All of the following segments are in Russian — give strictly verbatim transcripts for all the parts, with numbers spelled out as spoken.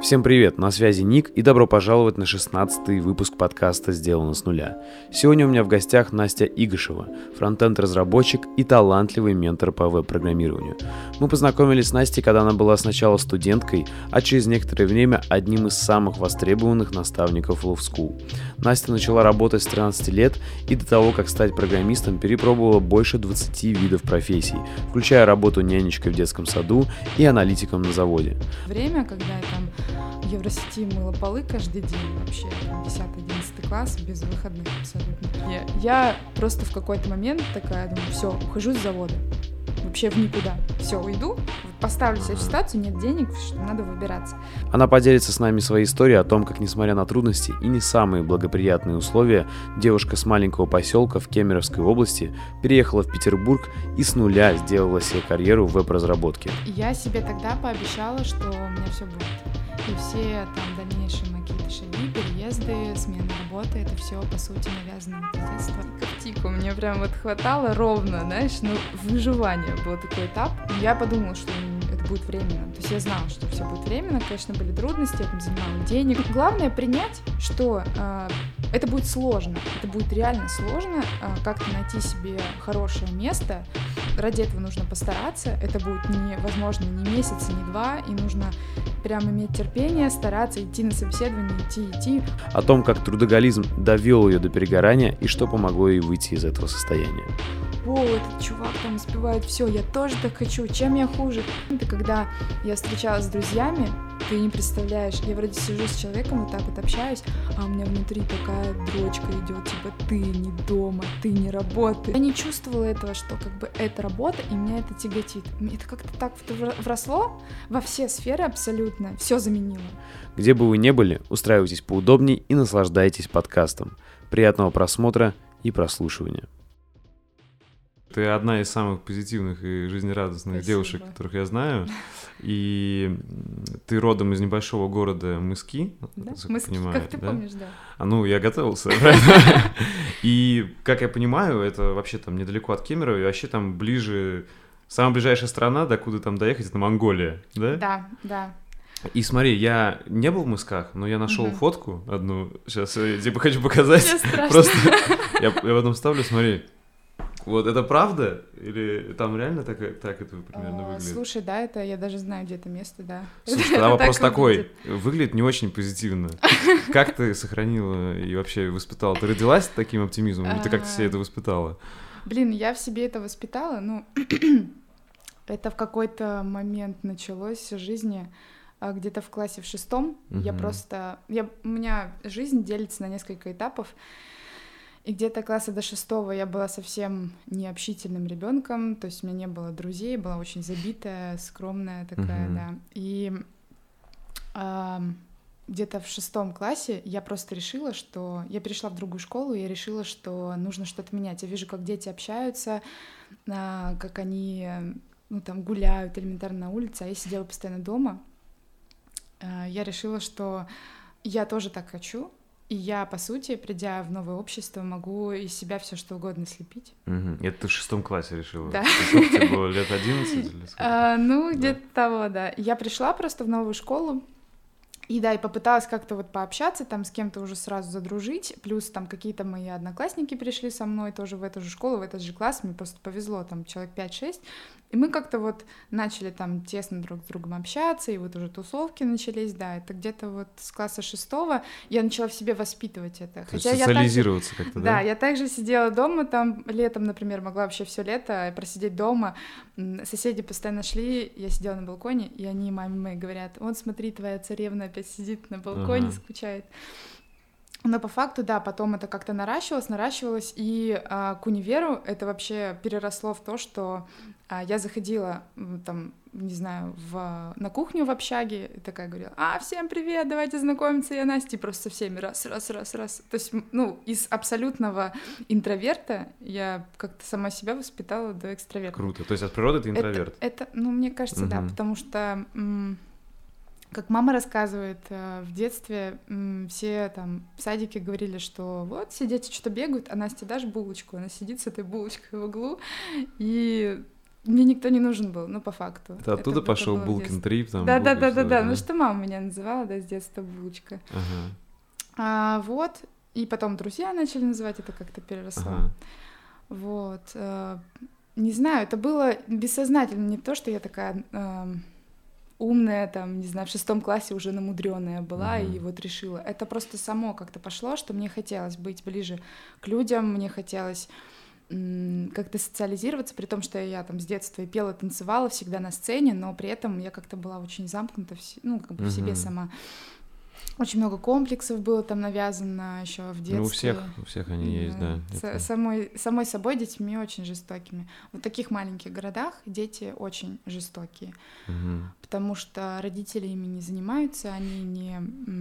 Всем привет, на связи Ник, и добро пожаловать на шестнадцатый выпуск подкаста «Сделано с нуля». Сегодня у меня в гостях Настя Игошева, фронтенд-разработчик и талантливый ментор по веб-программированию. Мы познакомились с Настей, когда она была сначала студенткой, а через некоторое время одним из самых востребованных наставников Love School. Настя начала работать с тринадцати лет и до того, как стать программистом, перепробовала больше двадцати видов профессий, включая работу нянечкой в детском саду и аналитиком на заводе. Время, когда я там в Евросети мыла полы каждый день, вообще десятый-одиннадцатый класс, без выходных абсолютно. Я, я просто в какой-то момент такая думаю, все, ухожу с завода, вообще в никуда, все, уйду, поставлю себя в ситуацию, нет денег, что надо выбираться. Она поделится с нами своей историей о том, как, несмотря на трудности и не самые благоприятные условия, девушка с маленького поселка в Кемеровской области переехала в Петербург и с нуля сделала себе карьеру в веб-разработке. Я себе тогда пообещала, что у меня все будет. И все там дальнейшие мои какие-то шаги, переезды, смена работы, это все, по сути, навязано с детства. Как тику, мне прям вот хватало ровно, знаешь, ну, выживание был такой этап. Я подумала, что это будет временно. То есть я знала, что все будет временно, конечно, были трудности, я там занимала денег. Главное принять, что э, это будет сложно, это будет реально сложно, э, как-то найти себе хорошее место. Ради этого нужно постараться, это будет невозможно ни месяц, ни два, и нужно прям иметь терпение, стараться идти на собеседование, идти, идти. О том, как трудоголизм довел ее до перегорания и что помогло ей выйти из этого состояния. О, этот чувак там успевает все, я тоже так хочу, чем я хуже? Это когда я встречалась с друзьями, ты не представляешь, я вроде сижу с человеком, вот так вот общаюсь, а у меня внутри такая дрочка идет, типа, ты не дома, ты не работаешь. Я не чувствовала этого, что как бы это работа, и меня это тяготит. Это как-то так вросло во все сферы абсолютно, все заменило. Где бы вы ни были, устраивайтесь поудобней и наслаждайтесь подкастом. Приятного просмотра и прослушивания. Ты одна из самых позитивных и жизнерадостных Спасибо. Девушек, которых я знаю. И ты родом из небольшого города Мыски, да? как Мыски, понимаю, как ты да? помнишь, да. А ну, я готовился. И, как я понимаю, это вообще там недалеко от Кемерово, и вообще там ближе... Самая ближайшая страна, докуда там доехать, это Монголия, да? Да, да. И смотри, я не был в Мысках, но я нашел Угу. фотку одну, сейчас я тебе хочу показать. Мне страшно. Просто я, я потом ставлю, смотри. Вот это правда? Или там реально так, так это примерно О, выглядит? Слушай, да, это я даже знаю, где это место, да. Слушай, тогда вопрос Так такой. выглядит. Выглядит не очень позитивно. Как ты сохранила и вообще воспитала? Ты родилась с таким оптимизмом? Или ты как-то себе это воспитала? Блин, я в себе это воспитала, ну, это в какой-то момент началось в жизни, а, где-то в классе в шестом. Я Мгм. просто... Я, у меня жизнь делится на несколько этапов. И где-то класса до шестого я была совсем необщительным ребенком, то есть у меня не было друзей, была очень забитая, скромная такая, Мгм. да. И ам, где-то в шестом классе я просто решила, что... Я перешла в другую школу, и я решила, что нужно что-то менять. Я вижу, как дети общаются, а, как они, ну, там, гуляют элементарно на улице, а я сидела постоянно дома. А, Я решила, что я тоже так хочу, и я, по сути, придя в новое общество, могу из себя все что угодно слепить. Мгм. Это ты в шестом классе решила? Да. И сколько тебе было, лет одиннадцать или сколько? А, ну, Да. где-то того, да. Я пришла просто в новую школу, и да, и попыталась как-то вот пообщаться, там с кем-то уже сразу задружить, плюс там какие-то мои одноклассники пришли со мной тоже в эту же школу, в этот же класс, мне просто повезло, там человек пять-шесть, и мы как-то вот начали там тесно друг с другом общаться, и вот уже тусовки начались, да, это где-то вот с класса шестого я начала в себе воспитывать это. То есть Хотя я также- социализироваться как-то, да? Да, я также сидела дома, там летом, например, могла вообще все лето просидеть дома. М, Соседи постоянно шли, я сидела на балконе, и они маме моей говорят: вот смотри, твоя царевна опять сидит на балконе, Ага. скучает. Но по факту, да, потом это как-то наращивалось, наращивалось, и а, к универу это вообще переросло в то, что а, я заходила м, там, не знаю, в, на кухню в общаге, и такая говорила: а, всем привет, давайте знакомиться, я Настя, и просто со всеми раз, раз, раз, раз. То есть, м, ну, из абсолютного интроверта я как-то сама себя воспитала до экстраверта. Круто. То есть от природы ты Это, интроверт? это, ну, мне кажется, да, Мгм. потому что... м, как мама рассказывает, э, в детстве м, все там в садике говорили, что вот все дети что-то бегают, а Настя, дашь булочку, она сидит с этой булочкой в углу, и мне никто не нужен был, ну, по факту. Это оттуда это, пошел это Булкин трип? Да-да-да-да, ну что мама меня называла, да, с детства Булочка. Ага. А, вот, и потом друзья начали называть, это как-то переросло. Ага. Вот, э, не знаю, это было бессознательно, не то, что я такая э, умная, там, не знаю, в шестом классе уже намудрённая была uh-huh. и вот решила. Это просто само как-то пошло, что мне хотелось быть ближе к людям, мне хотелось как-то социализироваться, при том, что я там с детства и пела, танцевала всегда на сцене, но при этом я как-то была очень замкнута, в, ну, как бы uh-huh. в себе сама. Очень много комплексов было там навязано еще в детстве. Ну, у всех, у всех они есть, да. С- это... самой, самой собой детьми очень жестокими. В таких маленьких городах дети очень жестокие, uh-huh. потому что родители ими не занимаются, они не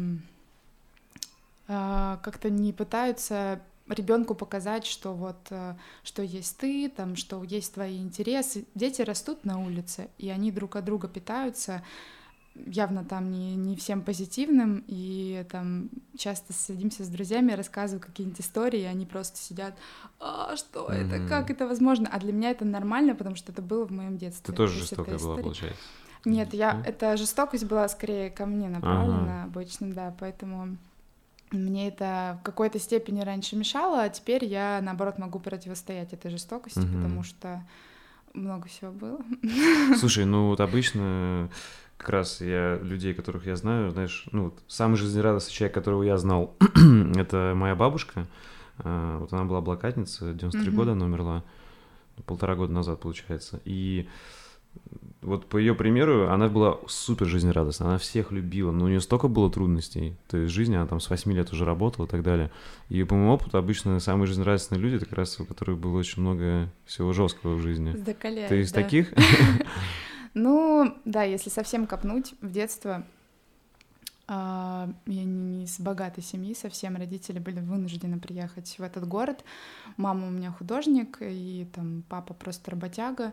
а, как-то не пытаются ребенку показать, что вот что есть ты, там, что есть твои интересы. Дети растут на улице, и они друг от друга питаются, явно там не, не всем позитивным, и там часто садимся с друзьями, рассказываю какие-нибудь истории, и они просто сидят, а что mm-hmm. это, как это возможно? А для меня это нормально, потому что это было в моем детстве. Ты тоже жестокая была, получается? Нет, я, mm-hmm. эта жестокость была скорее ко мне направлена uh-huh. обычно, да, поэтому... Мне это в какой-то степени раньше мешало, а теперь я, наоборот, могу противостоять этой жестокости, uh-huh. потому что много всего было. Слушай, ну вот обычно как раз я людей, которых я знаю, знаешь, ну вот самый жизнерадостный человек, которого я знал, это моя бабушка. Вот она была блокадница, девяносто три uh-huh. года она умерла, полтора года назад, получается, и... Вот по ее примеру, она была супер жизнерадостна, она всех любила, но у нее столько было трудностей, то есть в жизни она там с восьми лет уже работала и так далее. И по моему опыту обычно самые жизнерадостные люди, это как раз у которых было очень много всего жесткого в жизни. Закаляет, Ты из да. таких? Ну, да, если совсем копнуть, в детство я не из богатой семьи совсем, родители были вынуждены приехать в этот город. Мама у меня художник, и там папа просто работяга.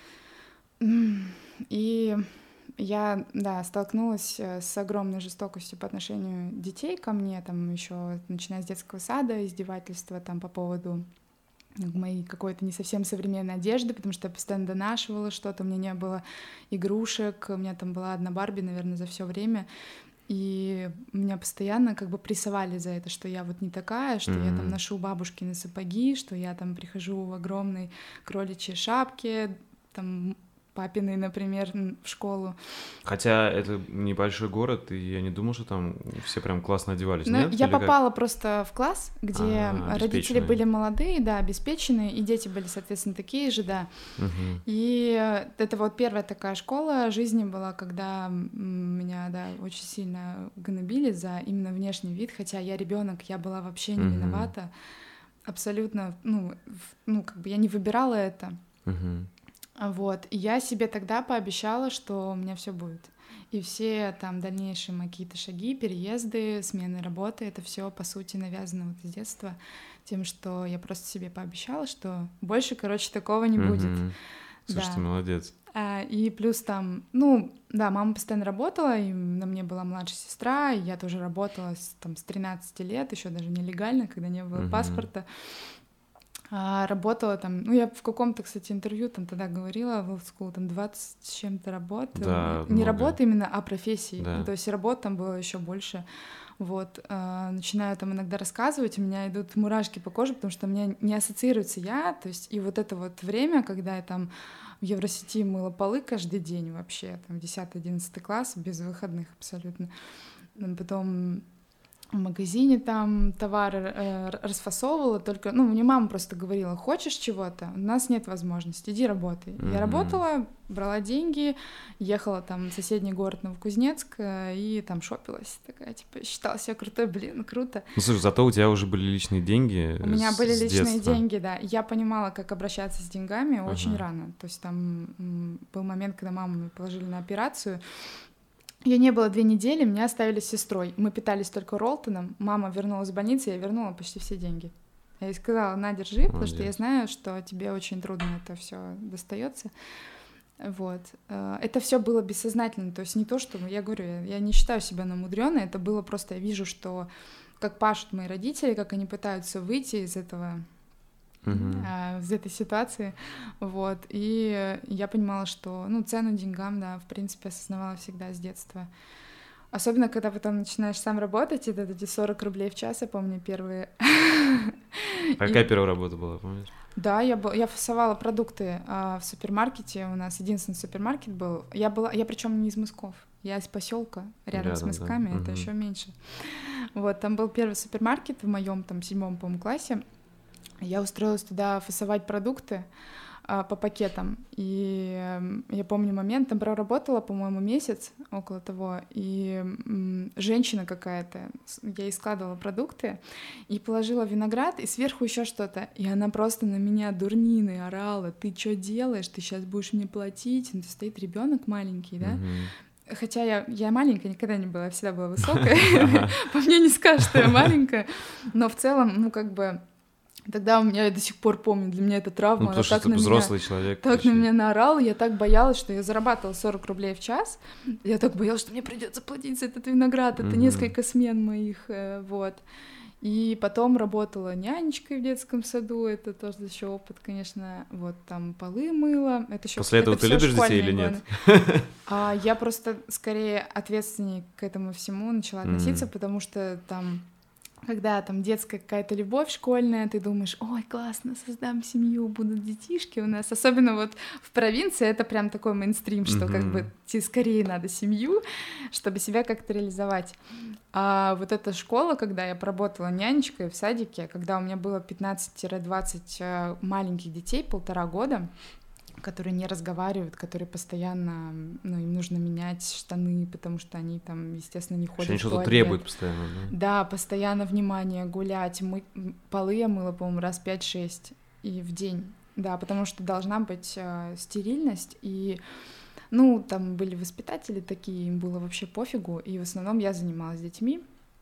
И я, да, столкнулась с огромной жестокостью по отношению детей ко мне, там еще начиная с детского сада, издевательства там по поводу моей какой-то не совсем современной одежды, потому что я постоянно донашивала что-то, у меня не было игрушек, у меня там была одна Барби, наверное, за все время, и меня постоянно как бы прессовали за это, что я вот не такая, что mm-hmm. я там ношу бабушкины сапоги, что я там прихожу в огромной кроличьей шапке, там папиной, например, в школу. Хотя это небольшой город, и я не думал, что там все прям классно одевались. Ну, нет? Я Или попала как? просто в класс, где А, родители были молодые, да, обеспеченные, и дети были, соответственно, такие же, да. Угу. И это вот первая такая школа жизни была, когда меня, да, очень сильно гнобили за именно внешний вид, хотя я ребенок, я была вообще не угу. виновата, абсолютно, ну, ну, как бы я не выбирала это. Угу. Вот, и я себе тогда пообещала, что у меня все будет. И все там дальнейшие мои какие-то шаги, переезды, смены работы, это все по сути навязано вот с детства тем, что я просто себе пообещала, что больше, короче, такого не mm-hmm. будет. Слушай, да. ты молодец. А, и плюс там, ну, да, мама постоянно работала, и на мне была младшая сестра, и я тоже работала с, там, с тринадцати лет, еще даже нелегально, когда не было mm-hmm. паспорта. А, работала там, ну, я в каком-то, кстати, интервью там тогда говорила, в School, там двадцать с чем-то работ, да, не много. работа именно, а профессии, да. ну, то есть работ там было еще больше, вот, а, начинаю там иногда рассказывать, у меня идут мурашки по коже, потому что у меня не ассоциируется я, то есть и вот это вот время, когда я там в Евросети мыла полы каждый день вообще, там десятый-одиннадцатый класс, без выходных абсолютно, потом... в магазине там товары э, расфасовывала, только, ну, мне мама просто говорила, хочешь чего-то, у нас нет возможности, иди работай. Mm-hmm. Я работала, брала деньги, ехала там в соседний город Новокузнецк э, и там шопилась, такая, типа, считала себя крутой, блин, круто. Ну, слушай, зато у тебя уже были личные деньги. У меня были личные детства. деньги, да, я понимала, как обращаться с деньгами uh-huh. очень рано, то есть там м, был момент, когда маму положили на операцию. Ее не было две недели, меня оставили с сестрой. Мы питались только Ролтоном. Мама вернулась в больницу, я вернула почти все деньги. Я ей сказала, на, держи, Молодец. Потому что я знаю, что тебе очень трудно это все достается. Вот. Это все было бессознательно. То есть не то, что... Я говорю, я не считаю себя намудрённой, это было просто... Я вижу, что как пашут мои родители, как они пытаются выйти из этого uh-huh. из этой ситуации, вот, и я понимала, что, ну, цену деньгам, да, в принципе, осознавала всегда с детства. Особенно, когда потом начинаешь сам работать, и это эти сорок рублей в час, я помню, первые. Какая и... первая работа была, помнишь? Да, я, был, я фасовала продукты а, в супермаркете, у нас единственный супермаркет был. Я была, я причем не из Мысков, я из поселка рядом, рядом с Мысками, да. Это угу. еще меньше. Вот, там был первый супермаркет в моем там седьмом, по-моему, классе. Я устроилась туда фасовать продукты а, по пакетам, и э, я помню момент, там проработала, по-моему, месяц, около того, и м, женщина какая-то, я ей складывала продукты, и положила виноград, и сверху еще что-то, и она просто на меня дурнины орала: ты что делаешь, ты сейчас будешь мне платить, ну, стоит ребенок маленький, да, mm-hmm. Хотя я, я маленькая никогда не была, я всегда была высокая, по мне не скажешь, что я маленькая, но в целом, ну, как бы... Тогда у меня, я до сих пор помню, для меня это травма. Ну, потому что ты взрослый меня, человек. Так почти. На меня наорала, я так боялась, что я зарабатывала сорок рублей в час. Я так боялась, что мне придется платить за этот виноград. Это mm-hmm. несколько смен моих, вот. И потом работала нянечкой в детском саду. Это тоже еще опыт, конечно. Вот там полы мыла. Это еще, После этого это ты любишь детей или нет? А, я просто скорее ответственнее к этому всему начала относиться, mm-hmm. потому что там... Когда там детская какая-то любовь школьная, ты думаешь: ой, классно, создам семью, будут детишки у нас. Особенно вот в провинции это прям такой мейнстрим, что mm-hmm. как бы тебе скорее надо семью, чтобы себя как-то реализовать. А вот эта школа, когда я поработала нянечкой в садике, когда у меня было пятнадцать-двадцать маленьких детей, полтора года, которые не разговаривают, которые постоянно, ну, им нужно менять штаны, потому что они там, естественно, не ходят в туалет. Они что-то требуют постоянно, да? Да, постоянно внимание, гулять. Мы... Полы я мыла, по-моему, раз пять-шесть и в день. Да, потому что должна быть э, стерильность, и, ну, там были воспитатели такие, им было вообще пофигу, и в основном я занималась детьми.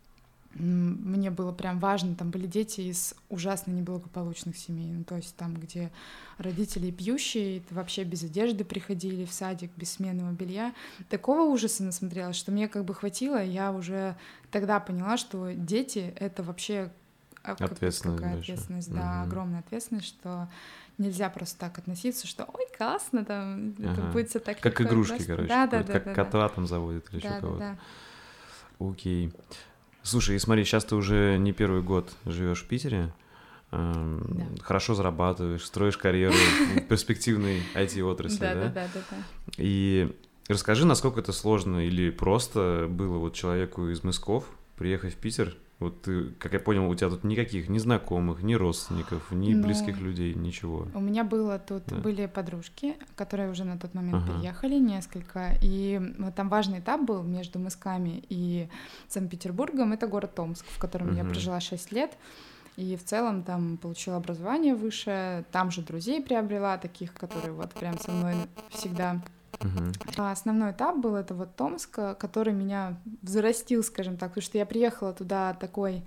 Мне было прям важно, там были дети из ужасно неблагополучных семей, ну, то есть там, где родители пьющие, вообще без одежды приходили в садик, без сменного белья. Такого ужаса насмотрелась, что мне как бы хватило, я уже тогда поняла, что дети — это вообще ответственность, какая ответственность, да, угу. огромная ответственность, что нельзя просто так относиться, что ой, классно, там, ага. это будет все так как легко, игрушки, классно. короче, да, да, да, как да, кота да. там заводят или да, еще да, кого-то. Да. Окей. Слушай, и смотри, сейчас ты уже не первый год живешь в Питере, эм, да. хорошо зарабатываешь, строишь карьеру в перспективной ай ти-отрасли, да? Да, да, да, да. И расскажи, насколько это сложно или просто было вот человеку из Мысков приехать в Питер. Вот ты, как я понял, у тебя тут никаких ни знакомых, ни родственников, ни ну, близких людей, ничего. У меня было тут, да. были подружки, которые уже на тот момент ага. переехали, несколько, и там важный этап был между Мысками и Санкт-Петербургом, это город Томск, в котором угу. я прожила шесть лет, и в целом там получила образование высшее, там же друзей приобрела, таких, которые вот прям со мной всегда... Uh-huh. А основной этап был это вот Томск, который меня взрастил, скажем так, потому что я приехала туда такой,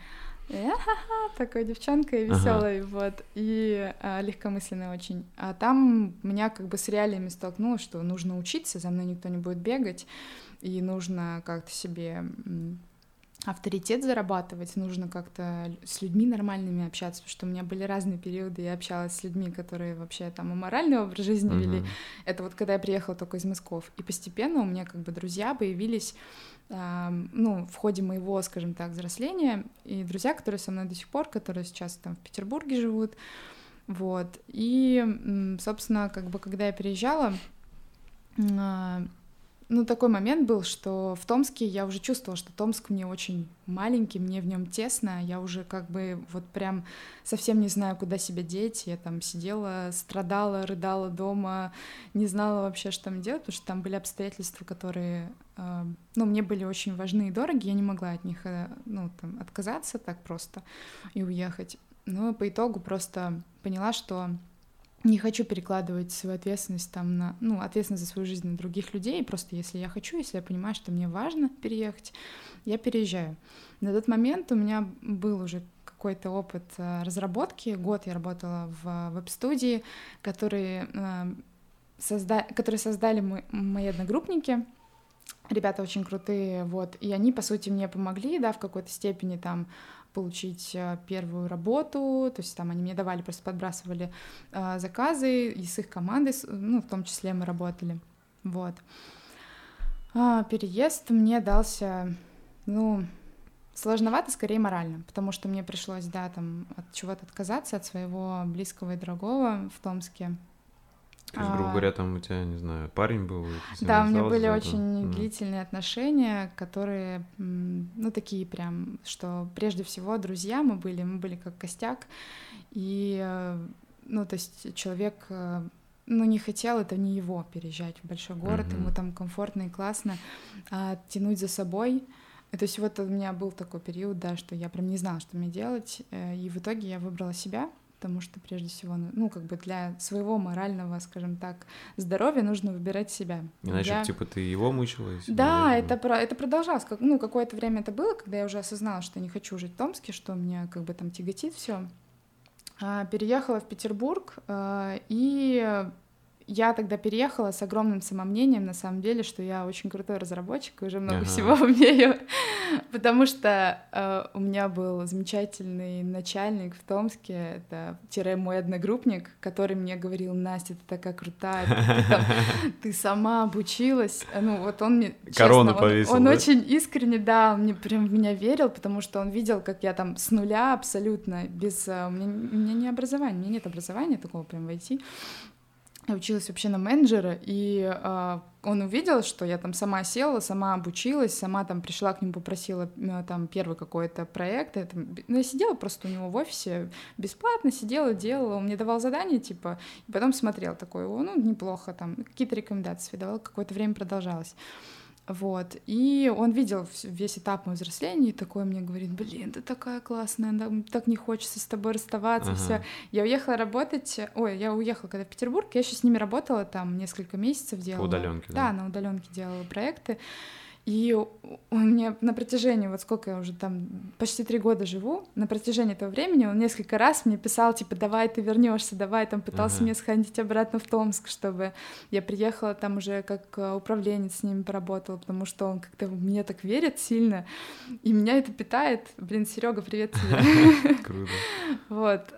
такой девчонкой веселой, uh-huh. вот, и а, легкомысленной очень. А там меня как бы с реалиями столкнуло, что нужно учиться, за мной никто не будет бегать, и нужно как-то себе авторитет зарабатывать, нужно как-то с людьми нормальными общаться, потому что у меня были разные периоды, я общалась с людьми, которые вообще там аморальный образ жизни uh-huh. вели, это вот когда я приехала только из Мысков, и постепенно у меня как бы друзья появились, э, ну, в ходе моего, скажем так, взросления, и друзья, которые со мной до сих пор, которые сейчас там в Петербурге живут, вот, и, собственно, как бы когда я переезжала, э, ну, такой момент был, что в Томске я уже чувствовала, что Томск мне очень маленький, мне в нем тесно, я уже как бы вот прям совсем не знаю, куда себя деть, я там сидела, страдала, рыдала дома, не знала вообще, что мне делать, потому что там были обстоятельства, которые, э, ну, мне были очень важны и дороги, я не могла от них, э, ну, там, отказаться так просто и уехать, но по итогу просто поняла, что не хочу перекладывать свою ответственность там на, ну, ответственность за свою жизнь на других людей, просто если я хочу, если я понимаю, что мне важно переехать, я переезжаю. На тот момент у меня был уже какой-то опыт разработки, год я работала в веб-студии, которые, созда... которые создали мои одногруппники, ребята очень крутые, вот, и они, по сути, мне помогли, да, в какой-то степени там получить первую работу, то есть там они мне давали, просто подбрасывали э, заказы, и с их командой, ну, в том числе мы работали, вот. А, переезд мне дался, ну, сложновато, скорее морально, потому что мне пришлось, да, там от чего-то отказаться, от своего близкого и дорогого в Томске. То есть, грубо говоря, там у тебя, не знаю, парень был? Да, у меня были очень mm. длительные отношения, которые, ну, такие прям, что прежде всего друзья мы были, мы были как костяк, и, ну, то есть человек, ну, не хотел, это не его переезжать в большой город, mm-hmm. ему там комфортно и классно, а тянуть за собой. То есть вот у меня был такой период, да, что я прям не знала, что мне делать, и в итоге я выбрала себя, потому что прежде всего, ну, как бы для своего морального, скажем так, здоровья нужно выбирать себя. Иначе, я... типа, ты его мучилась? Да, это, про... это продолжалось. Как... Ну, какое-то время это было, когда я уже осознала, что я не хочу жить в Томске, что меня как бы там тяготит все. А, переехала в Петербург, а, и я тогда переехала с огромным самомнением, на самом деле, что я очень крутой разработчик и уже много ага. всего умею, потому что э, у меня был замечательный начальник в Томске, это тире мой одногруппник, который мне говорил: Настя, ты такая крутая, ты, там, ты сама обучилась. Ну вот он мне, Корону честно, повесил, он, он да? очень искренне, да, он мне прям в меня верил, потому что он видел, как я там с нуля абсолютно, без... У меня, у меня не образования, у меня нет образования такого прям в ай ти. Я училась вообще на менеджера, и э, он увидел, что я там сама села, сама обучилась, сама там пришла к нему, попросила э, там первый какой-то проект. Я, там, ну, я сидела просто у него в офисе, бесплатно сидела, делала, он мне давал задания, типа, и потом смотрел такой: о, ну, неплохо, там, какие-то рекомендации давал, какое-то время продолжалось. Вот, и он видел весь этап моего взросления и такой мне говорит: блин, ты такая классная, да, так не хочется с тобой расставаться, ага. все. Я уехала работать, ой, я уехала когда в Петербург, я еще с ними работала там несколько месяцев, делала. По удаленке, да? Да, на удаленке делала проекты. И у меня на протяжении, вот сколько я уже там, почти три года живу, на протяжении этого времени он несколько раз мне писал, типа, давай ты вернешься, давай, там пытался ага. меня сходить обратно в Томск, чтобы я приехала там уже как управленец с ними поработала, потому что он как-то мне так верит сильно, и меня это питает. Блин, Серега, привет тебе. Круто. Вот.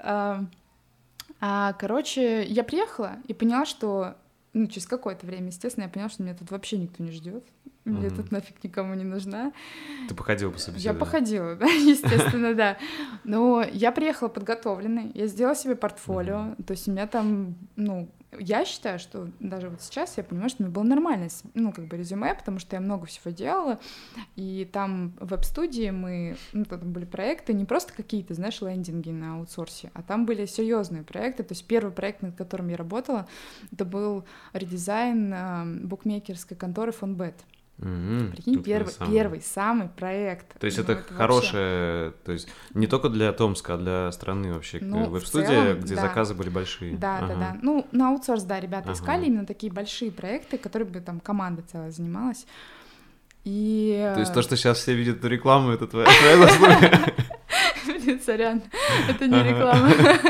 А, короче, я приехала и поняла, что, ну, через какое-то время, естественно, я поняла, что меня тут вообще никто не ждет. Мне mm-hmm. тут нафиг никому не нужна. Ты походила по собеседованию? Я походила, да, естественно, да. Но я приехала подготовленной, я сделала себе портфолио, mm-hmm. то есть у меня там, ну, я считаю, что даже вот сейчас я понимаю, что у меня было нормальное, ну, как бы резюме, потому что я много всего делала, и там в веб-студии мы, ну, там были проекты, не просто какие-то, знаешь, лендинги на аутсорсе, а там были серьезные проекты. То есть первый проект, над которым я работала, это был редизайн э, букмекерской конторы Фонбет. Mm-hmm. Прикинь, первый, самый. первый, самый проект. То есть ну, это, это хорошее, вообще... то есть не только для Томска, а для страны вообще, ну, веб-студия, где да. заказы были большие. Да, ага. да, да. Ну, на аутсорс, да, ребята ага. искали именно такие большие проекты, которые бы там команда целая занималась. И... То есть то, что сейчас все видят эту рекламу, это твоя заслуга? Блин, сорян, это не реклама.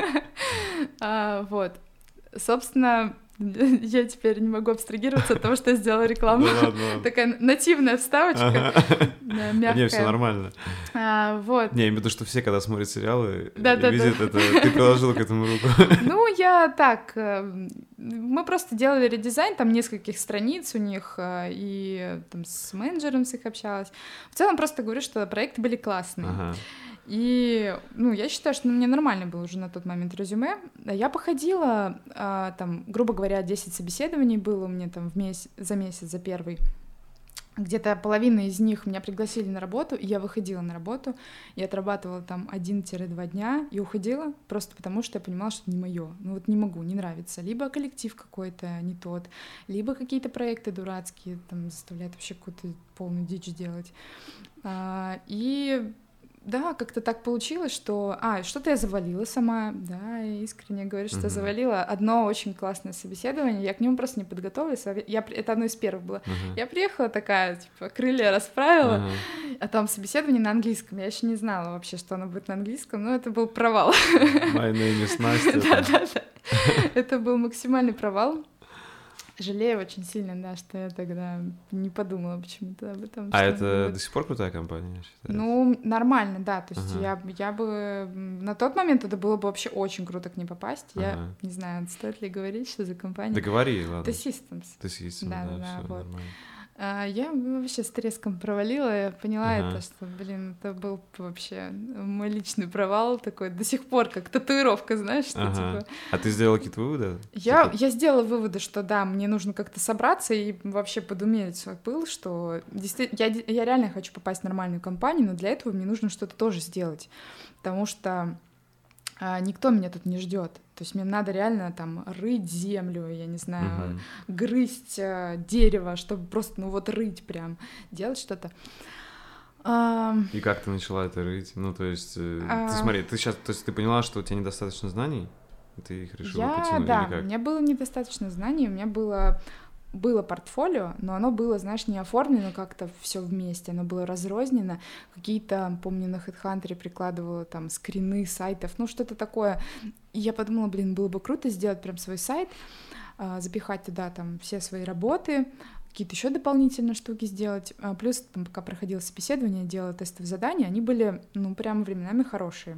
Вот. Собственно... Я теперь не могу абстрагироваться от того, что я сделала рекламу. Ну, ладно, ладно. Такая нативная вставочка, ага. да, мягкая. Не, все нормально. А, вот. Не, я имею в виду, что все, когда смотрят сериалы, да, да, видят да. это, ты приложила к этому руку. Ну, я так, мы просто делали редизайн, там нескольких страниц у них, и там с менеджером с их общалась. В целом просто говорю, что проекты были классные. Ага. И, ну, я считаю, что мне нормально было уже на тот момент резюме. Я походила, а, там, грубо говоря, десять собеседований было у меня там в месяц, за месяц, за первый. Где-то половина из них меня пригласили на работу, и я выходила на работу, и отрабатывала там один-два дня, и уходила, просто потому что я понимала, что это не моё. Ну вот не могу, не нравится. Либо коллектив какой-то не тот, либо какие-то проекты дурацкие, там, заставляют вообще какую-то полную дичь делать. А, и... Да, как-то так получилось, что... А, что-то я завалила сама, да, я искренне говорю, что uh-huh. я завалила одно очень классное собеседование, я к нему просто не подготовилась, я... это одно из первых было. Uh-huh. Я приехала такая, типа, крылья расправила, uh-huh. а там собеседование на английском, я еще не знала вообще, что оно будет на английском, но это был провал. My name is Настя. Да-да-да, это был максимальный провал. Жалею очень сильно, да, что я тогда не подумала почему-то об этом. А что это вот. до сих пор крутая компания, считаешь? Ну, нормально, да, то есть Ага. я, я бы... На тот момент это было бы вообще очень круто к ней попасть. Я Ага. не знаю, стоит ли говорить, что за компания. Да говори, ладно. The Systems. The Systems, Да, да, да, да, всё вот. нормально. А, Я вообще с треском провалила, я поняла Ага. это, что, блин, это был вообще мой личный провал такой, до сих пор как татуировка, знаешь, что Ага. типа... А ты сделала какие-то выводы? Я, Типа- я сделала выводы, что да, мне нужно как-то собраться и вообще подумерить свой пыл, что действительно, я, я реально хочу попасть в нормальную компанию, но для этого мне нужно что-то тоже сделать, потому что а, никто меня тут не ждет. То есть мне надо реально там рыть землю, я не знаю, Мгм. грызть а, дерево, чтобы просто, ну вот рыть прям, делать что-то. А, И как ты начала это рыть? Ну, то есть, э, А. ты смотри, ты сейчас, то есть ты поняла, что у тебя недостаточно знаний, и ты их решила я, потянуть, да, или как? у меня было недостаточно знаний, у меня было было портфолио, но оно было, знаешь, не оформлено как-то все вместе, оно было разрознено. Какие-то, помню, на HeadHunter прикладывала там скрины сайтов, ну что-то такое. И я подумала, блин, было бы круто сделать прям свой сайт, а, запихать туда там все свои работы, какие-то еще дополнительные штуки сделать. А, плюс, там, пока проходило собеседование, делала тестовые задания, они были, ну, прям временами хорошие,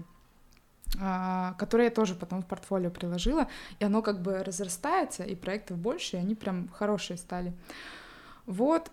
а, которые я тоже потом в портфолио приложила, и оно как бы разрастается, и проектов больше, и они прям хорошие стали. Вот.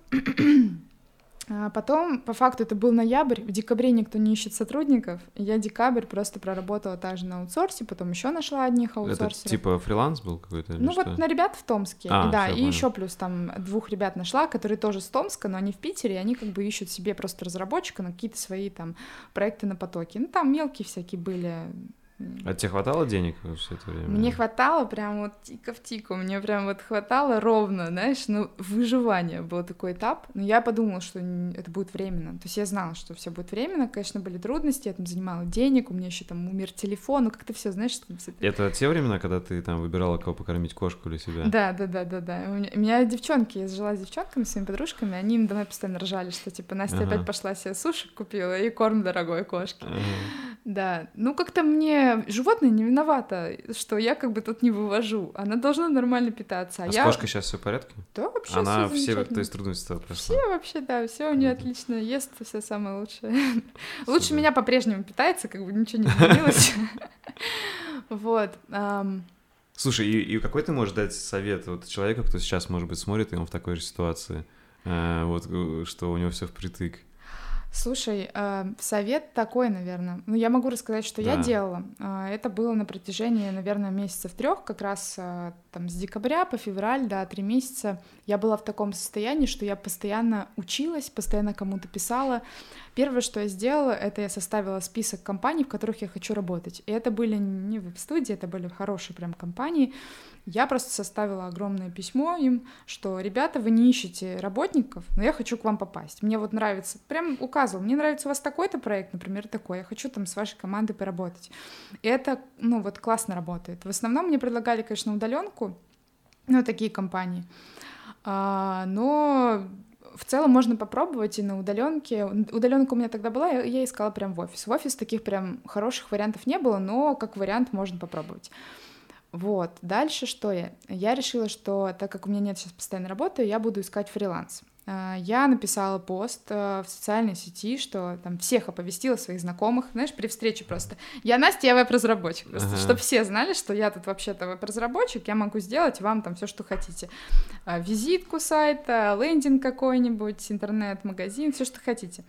А потом, по факту, это был ноябрь, в декабре никто не ищет сотрудников, и я декабрь просто проработала также на аутсорсе, потом еще нашла одних Это аутсорсеров. типа фриланс был какой-то или Ну что? вот на ребят в Томске, А, и да, всё, и понял. еще плюс там двух ребят нашла, которые тоже с Томска, но они в Питере, и они как бы ищут себе просто разработчика на какие-то свои там проекты на потоке. Ну там мелкие всякие были. А тебе хватало денег все это время? Мне хватало прям вот тика в тику, мне прям вот хватало ровно, знаешь, ну, выживание был такой этап, но я подумала, что н- это будет временно, то есть я знала, что все будет временно, конечно, были трудности, я там занимала денег, у меня еще там умер телефон, ну, как-то все, знаешь, что... Это те времена, когда ты там выбирала, кого покормить, кошку или себя? Да, да, да, да, да. У меня, у меня девчонки, я жила с девчонками, своими подружками, они надо мной постоянно ржали, что типа Настя Ага. опять пошла себе сушек купила и корм дорогой кошке. Ага. Да, ну как-то мне животное не виновато, что я как бы тут не вывожу. Она должна нормально питаться. А, А с я... кошкой сейчас все в порядке? Да, вообще Она всё все, замечательно. то есть трудности прошла? Все вообще, да, все у нее Круто. отлично ест, все самое лучшее. Лучше Супер. меня по-прежнему питается, как бы ничего не изменилось. Вот. ам, Слушай, и, и какой ты можешь дать совет вот человеку, кто сейчас, может быть, смотрит, и он в такой же ситуации, э, вот, э, что у него все впритык? Слушай, э, совет такой, наверное. Ну, я могу рассказать, что я Да. делала. Э, Это было на протяжении, наверное, месяцев трех, как раз э, там с декабря по февраль, да, три месяца. Я была в таком состоянии, что я постоянно училась, постоянно кому-то писала. Первое, что я сделала, это я составила список компаний, в которых я хочу работать. И это были не веб-студии, это были хорошие прям компании. Я просто составила огромное письмо им, что, ребята, вы не ищете работников, но я хочу к вам попасть. Мне вот нравится, прям указывал, мне нравится у вас такой-то проект, например, такой, я хочу там с вашей командой поработать. И это, ну, вот классно работает. В основном мне предлагали, конечно, удаленку, ну, такие компании, а, но в целом можно попробовать и на удаленке. Удаленка у меня тогда была, я, я искала прям в офис. В офис таких прям хороших вариантов не было, но как вариант можно попробовать. Вот, дальше что я? Я решила, что так как у меня нет сейчас постоянной работы, я буду искать фриланс. А, Я написала пост э, в социальной сети, что там всех оповестила, своих знакомых, знаешь, при встрече просто. Я Настя, я веб-разработчик, просто, Ага. чтобы все знали, что я тут вообще-то веб-разработчик, я могу сделать вам там все, что хотите. А, Визитку сайта, лендинг какой-нибудь, интернет-магазин, все, что хотите.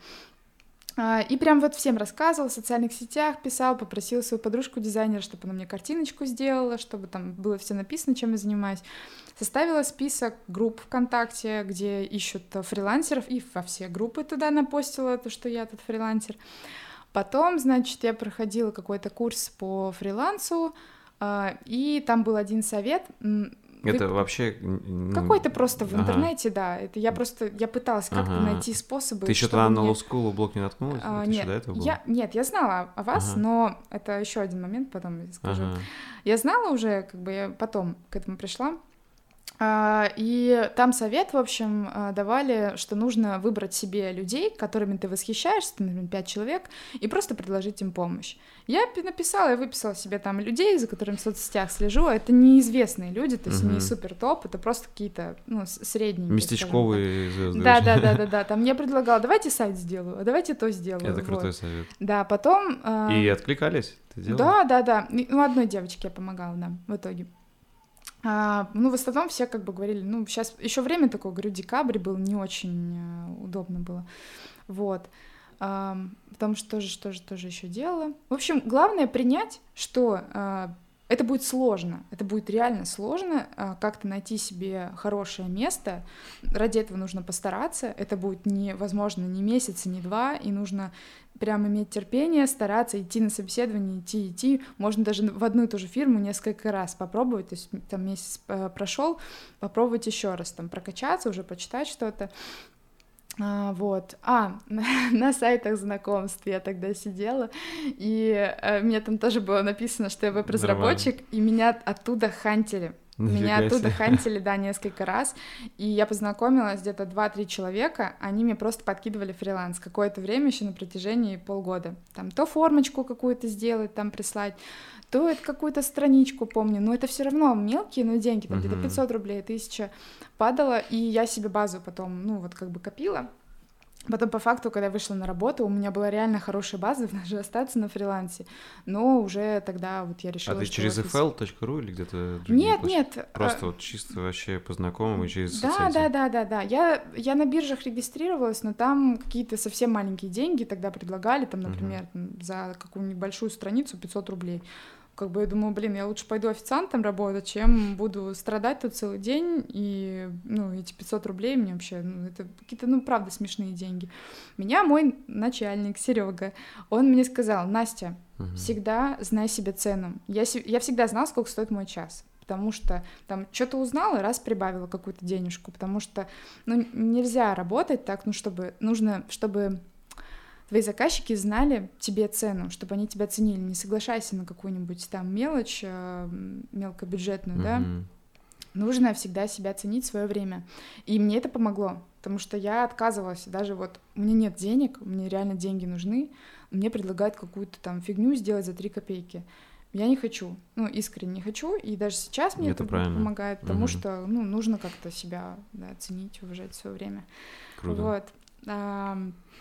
А, И прям вот всем рассказывала, в социальных сетях писала, попросила свою подружку-дизайнера, чтобы она мне картиночку сделала, чтобы там было все написано, чем я занимаюсь. Составила список групп ВКонтакте, где ищут э, фрилансеров, и во все группы туда напостила то, что я тут фрилансер. Потом, значит, я проходила какой-то курс по фрилансу, а, и там был один совет. м, вы- Это вообще... ну, Какой-то просто в ага. интернете, да. Это я просто, я пыталась как-то Ага. найти способы. Ты еще чтобы тогда на мне- Low School блог не наткнулась? А, Это еще нет, до этого было? я, нет, я знала о вас, Ага. но это еще один момент, потом я скажу. Ага. Я знала уже, как бы я потом к этому пришла. И там совет, в общем, давали, что нужно выбрать себе людей, которыми ты восхищаешься, например, пять человек, и просто предложить им помощь. Я написала, я выписала себе там людей, за которыми в соцсетях слежу. Это неизвестные люди, то есть угу. не супер топ, это просто какие-то, ну, средние. Местечковые звезды. Да, да, да, да, да. Там я предлагала, давайте сайт сделаю, а давайте то сделаю. Это вот. Крутой совет. Да, потом. И откликались? Ты делала? Да, да, да. Ну, одной девочке я помогала, да, в итоге. А, ну, в основном все как бы говорили, ну, сейчас еще время такое, говорю, декабрь был, не очень а, удобно было, вот, а, потому что тоже, тоже, тоже еще делала. В общем, главное принять, что а, это будет сложно, это будет реально сложно, а, как-то найти себе хорошее место, ради этого нужно постараться, это будет невозможно ни месяц, ни два, и нужно прям иметь терпение, стараться идти на собеседование, идти, идти. Можно даже в одну и ту же фирму несколько раз попробовать, то есть там месяц прошел, попробовать еще раз, там прокачаться, уже почитать что-то. А, вот. А, на, на сайтах знакомств я тогда сидела, и а, мне там тоже было написано, что я веб-разработчик, и меня оттуда хантили. Меня оттуда хантили, да, несколько раз, и я познакомилась где-то два-три человека, они мне просто подкидывали фриланс какое-то время еще на протяжении полгода. Там то формочку какую-то сделать, там прислать, то это какую-то страничку, помню, но это все равно мелкие, но деньги, там uh-huh. где-то пятьсот рублей, тысяча падала, и я себе базу потом, ну, вот как бы копила. Потом, по факту, когда я вышла на работу, у меня была реально хорошая база, даже остаться на фрилансе, но уже тогда вот я решила, А ты что через офис... эф эл точка ру или где-то другие Нет, площадки? нет. Просто а... вот чисто вообще по знакомым и через да, соцсети? Да, да, да, да. Я, я на биржах регистрировалась, но там какие-то совсем маленькие деньги тогда предлагали, там, например, uh-huh. за какую-нибудь большую страницу пятьсот рублей. Как бы я думаю, блин, я лучше пойду официантом работать, чем буду страдать тут целый день, и, ну, эти пятьсот рублей мне вообще, ну, это какие-то, ну, правда, смешные деньги. Меня мой начальник, Серега, он мне сказал: Настя, угу. всегда знай себе цену. Я, я всегда знала, сколько стоит мой час, потому что там что-то узнала, раз прибавила какую-то денежку, потому что, ну, нельзя работать так, ну, чтобы, нужно, чтобы... твои заказчики знали тебе цену, чтобы они тебя ценили. Не соглашайся на какую-нибудь там мелочь, мелкобюджетную, mm-hmm. да. Нужно всегда себя ценить, свое время. И мне это помогло, потому что я отказывалась. Даже вот у меня нет денег, мне реально деньги нужны, мне предлагают какую-то там фигню сделать за три копейки. Я не хочу, ну, искренне не хочу, и даже сейчас мне это, это помогает, потому mm-hmm. что, ну, нужно как-то себя, да, ценить, уважать свое время. Круто. Вот. А,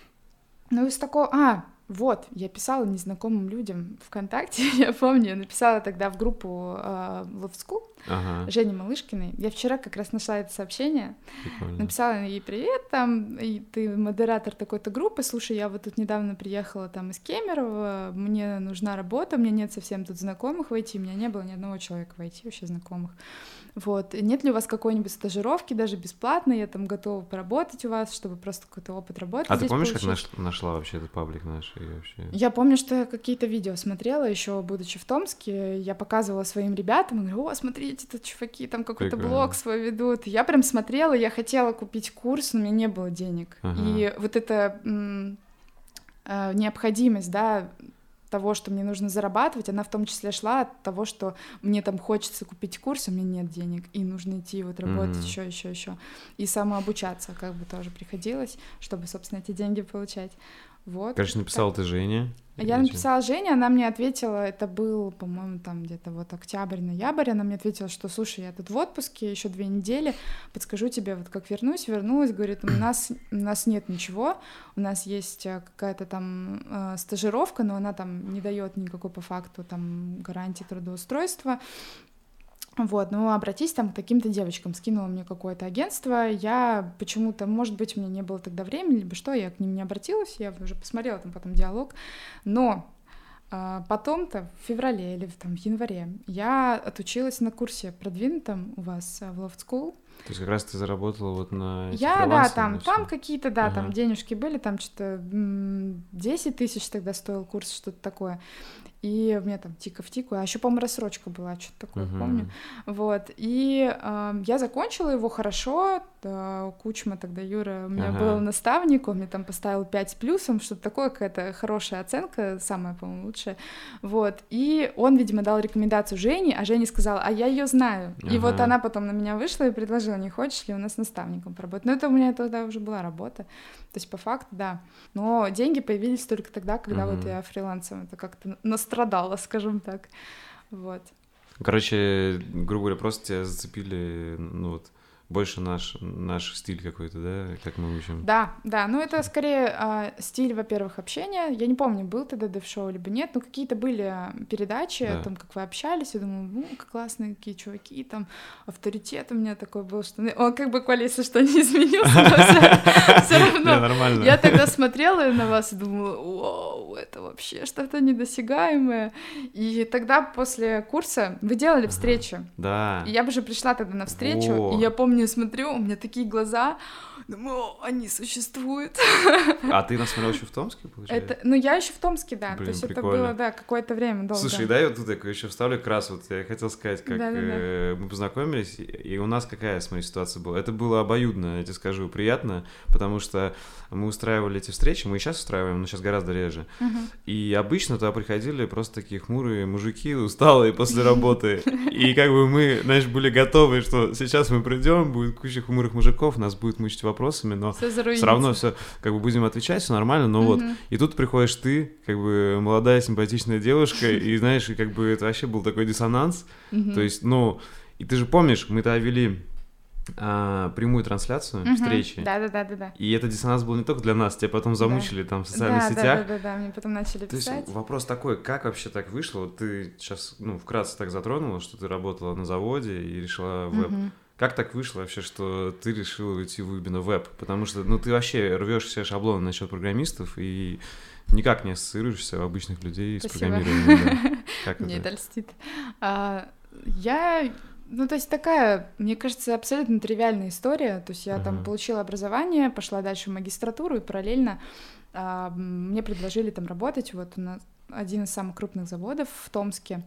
Ну, из такого... А, вот, я писала незнакомым людям ВКонтакте, я помню, я написала тогда в группу э, Love School ага. Жене Малышкиной. Я вчера как раз нашла это сообщение, Прикольно. Написала ей: привет, там, и ты модератор такой-то группы, слушай, я вот тут недавно приехала там из Кемерово, мне нужна работа, у меня нет совсем тут знакомых в ай ти, у меня не было ни одного человека в ай ти вообще знакомых. Вот, нет ли у вас какой-нибудь стажировки, даже бесплатно, я там готова поработать у вас, чтобы просто какой-то опыт работы А здесь ты помнишь, получить? как наш, нашла вообще этот паблик наш? И вообще... Я помню, что я какие-то видео смотрела, еще будучи в Томске, я показывала своим ребятам, и говорю: о, смотрите, тут чуваки там какой-то Прикольно. Блог свой ведут. Я прям смотрела, я хотела купить курс, но у меня не было денег. Ага. И вот эта м- э, необходимость, да, того, что мне нужно зарабатывать, она в том числе шла от того, что мне там хочется купить курс, а у меня нет денег, и нужно идти вот работать mm-hmm. еще, еще, еще. И самообучаться как бы тоже приходилось, чтобы, собственно, эти деньги получать. Вот. Конечно, написала ты Жене. Я написала Жене, она мне ответила, это был, по-моему, там где-то вот октябрь-ноябрь, она мне ответила, что: слушай, я тут в отпуске еще две недели, подскажу тебе, вот как вернусь, вернулась, говорит, у нас, у нас нет ничего, у нас есть какая-то там э, стажировка, но она там не дает никакой по факту там гарантии трудоустройства. Вот, ну, обратись там к таким-то девочкам, скинула мне какое-то агентство, я почему-то, может быть, у меня не было тогда времени, либо что, я к ним не обратилась, я уже посмотрела там потом диалог, но а, потом-то в феврале или там в январе я отучилась на курсе продвинутом у вас в Love School, То есть как раз ты заработала вот на эти Я, да, там, там все. какие-то, да, Ага. там денежки были, там что-то десять тысяч тогда стоил курс, что-то такое. И у меня там тика в тику, а еще, по-моему, рассрочка была, что-то такое, Мгм. помню. Вот, и э, я закончила его хорошо, да, Кучма тогда, Юра, у меня Ага. был наставник, он мне там поставил пять с плюсом, что-то такое, какая-то хорошая оценка, самая, по-моему, лучшая. Вот, и он, видимо, дал рекомендацию Жене, а Женя сказала, а я ее знаю. И Ага. вот она потом на меня вышла и предложила, не хочешь ли у нас наставником поработать. Но это у меня тогда уже была работа, то есть по факту, да. Но деньги появились только тогда, когда Мгм. вот я фрилансом это как-то настрадала, скажем так. Вот. Короче, грубо говоря, просто тебя зацепили, ну вот, больше наш, наш стиль какой-то, да, как мы учим. Да, да, ну это скорее а, стиль, во-первых, общения. Я не помню, был тогда дев-шоу либо нет, но какие-то были а, передачи, Да. о том, как вы общались, я думаю, ну, как классные какие чуваки, там, авторитет у меня такой был, что... Он как бы, Коля, если что, не изменился, но все Не, равно. нормально. Я тогда смотрела на вас и думала, вау, это вообще что-то недосягаемое. И тогда после курса вы делали Ага. встречу. Да. И я бы же пришла тогда на встречу, Во. и я помню, смотрю, у меня такие глаза, думаю, о, они существуют. А ты нас смотрел еще в Томске, получается? Это, ну, я еще в Томске, да, Блин, то есть прикольно. это было, да, какое-то время долго. Слушай, дай вот тут я еще вставлю как раз, вот я хотел сказать, как Да-да-да. э, мы познакомились, и- и у нас какая, смотри, ситуация была. Это было обоюдно, я тебе скажу, приятно, потому что мы устраивали эти встречи, мы и сейчас устраиваем, но сейчас гораздо реже. Мгм. И обычно туда приходили просто такие хмурые мужики, усталые после работы. И как бы мы, знаешь, были готовы, что сейчас мы придем, будет куча хмурых мужиков, нас будет мучить вопросами, но Всё все заруинится. равно все, как бы будем отвечать, все нормально, но вот. Мгм. И тут приходишь ты, как бы молодая симпатичная девушка, и знаешь, и как бы это вообще был такой диссонанс. Мгм. То есть, ну, и ты же помнишь, мы тогда вели а, прямую трансляцию Мгм. встречи. Да-да-да-да-да. И этот диссонанс был не только для нас, тебя потом замучили там в социальных Да, сетях. Да-да-да, мне потом начали То есть писать. вопрос такой, как вообще так вышло? Вот ты сейчас, ну, вкратце так затронула, что ты работала на заводе и решила веб. Мгм. Как так вышло вообще, что ты решила уйти в именно веб? Потому что, ну, ты вообще рвешь все шаблоны насчет программистов и никак не ассоциируешься у обычных людей с Спасибо. программированием. Да. Как Мне это? это льстит. А, я, ну, то есть такая, мне кажется, абсолютно тривиальная история. То есть я там Ага. получила образование, пошла дальше в магистратуру, и параллельно а, м, мне предложили там работать. Вот у нас один из самых крупных заводов в Томске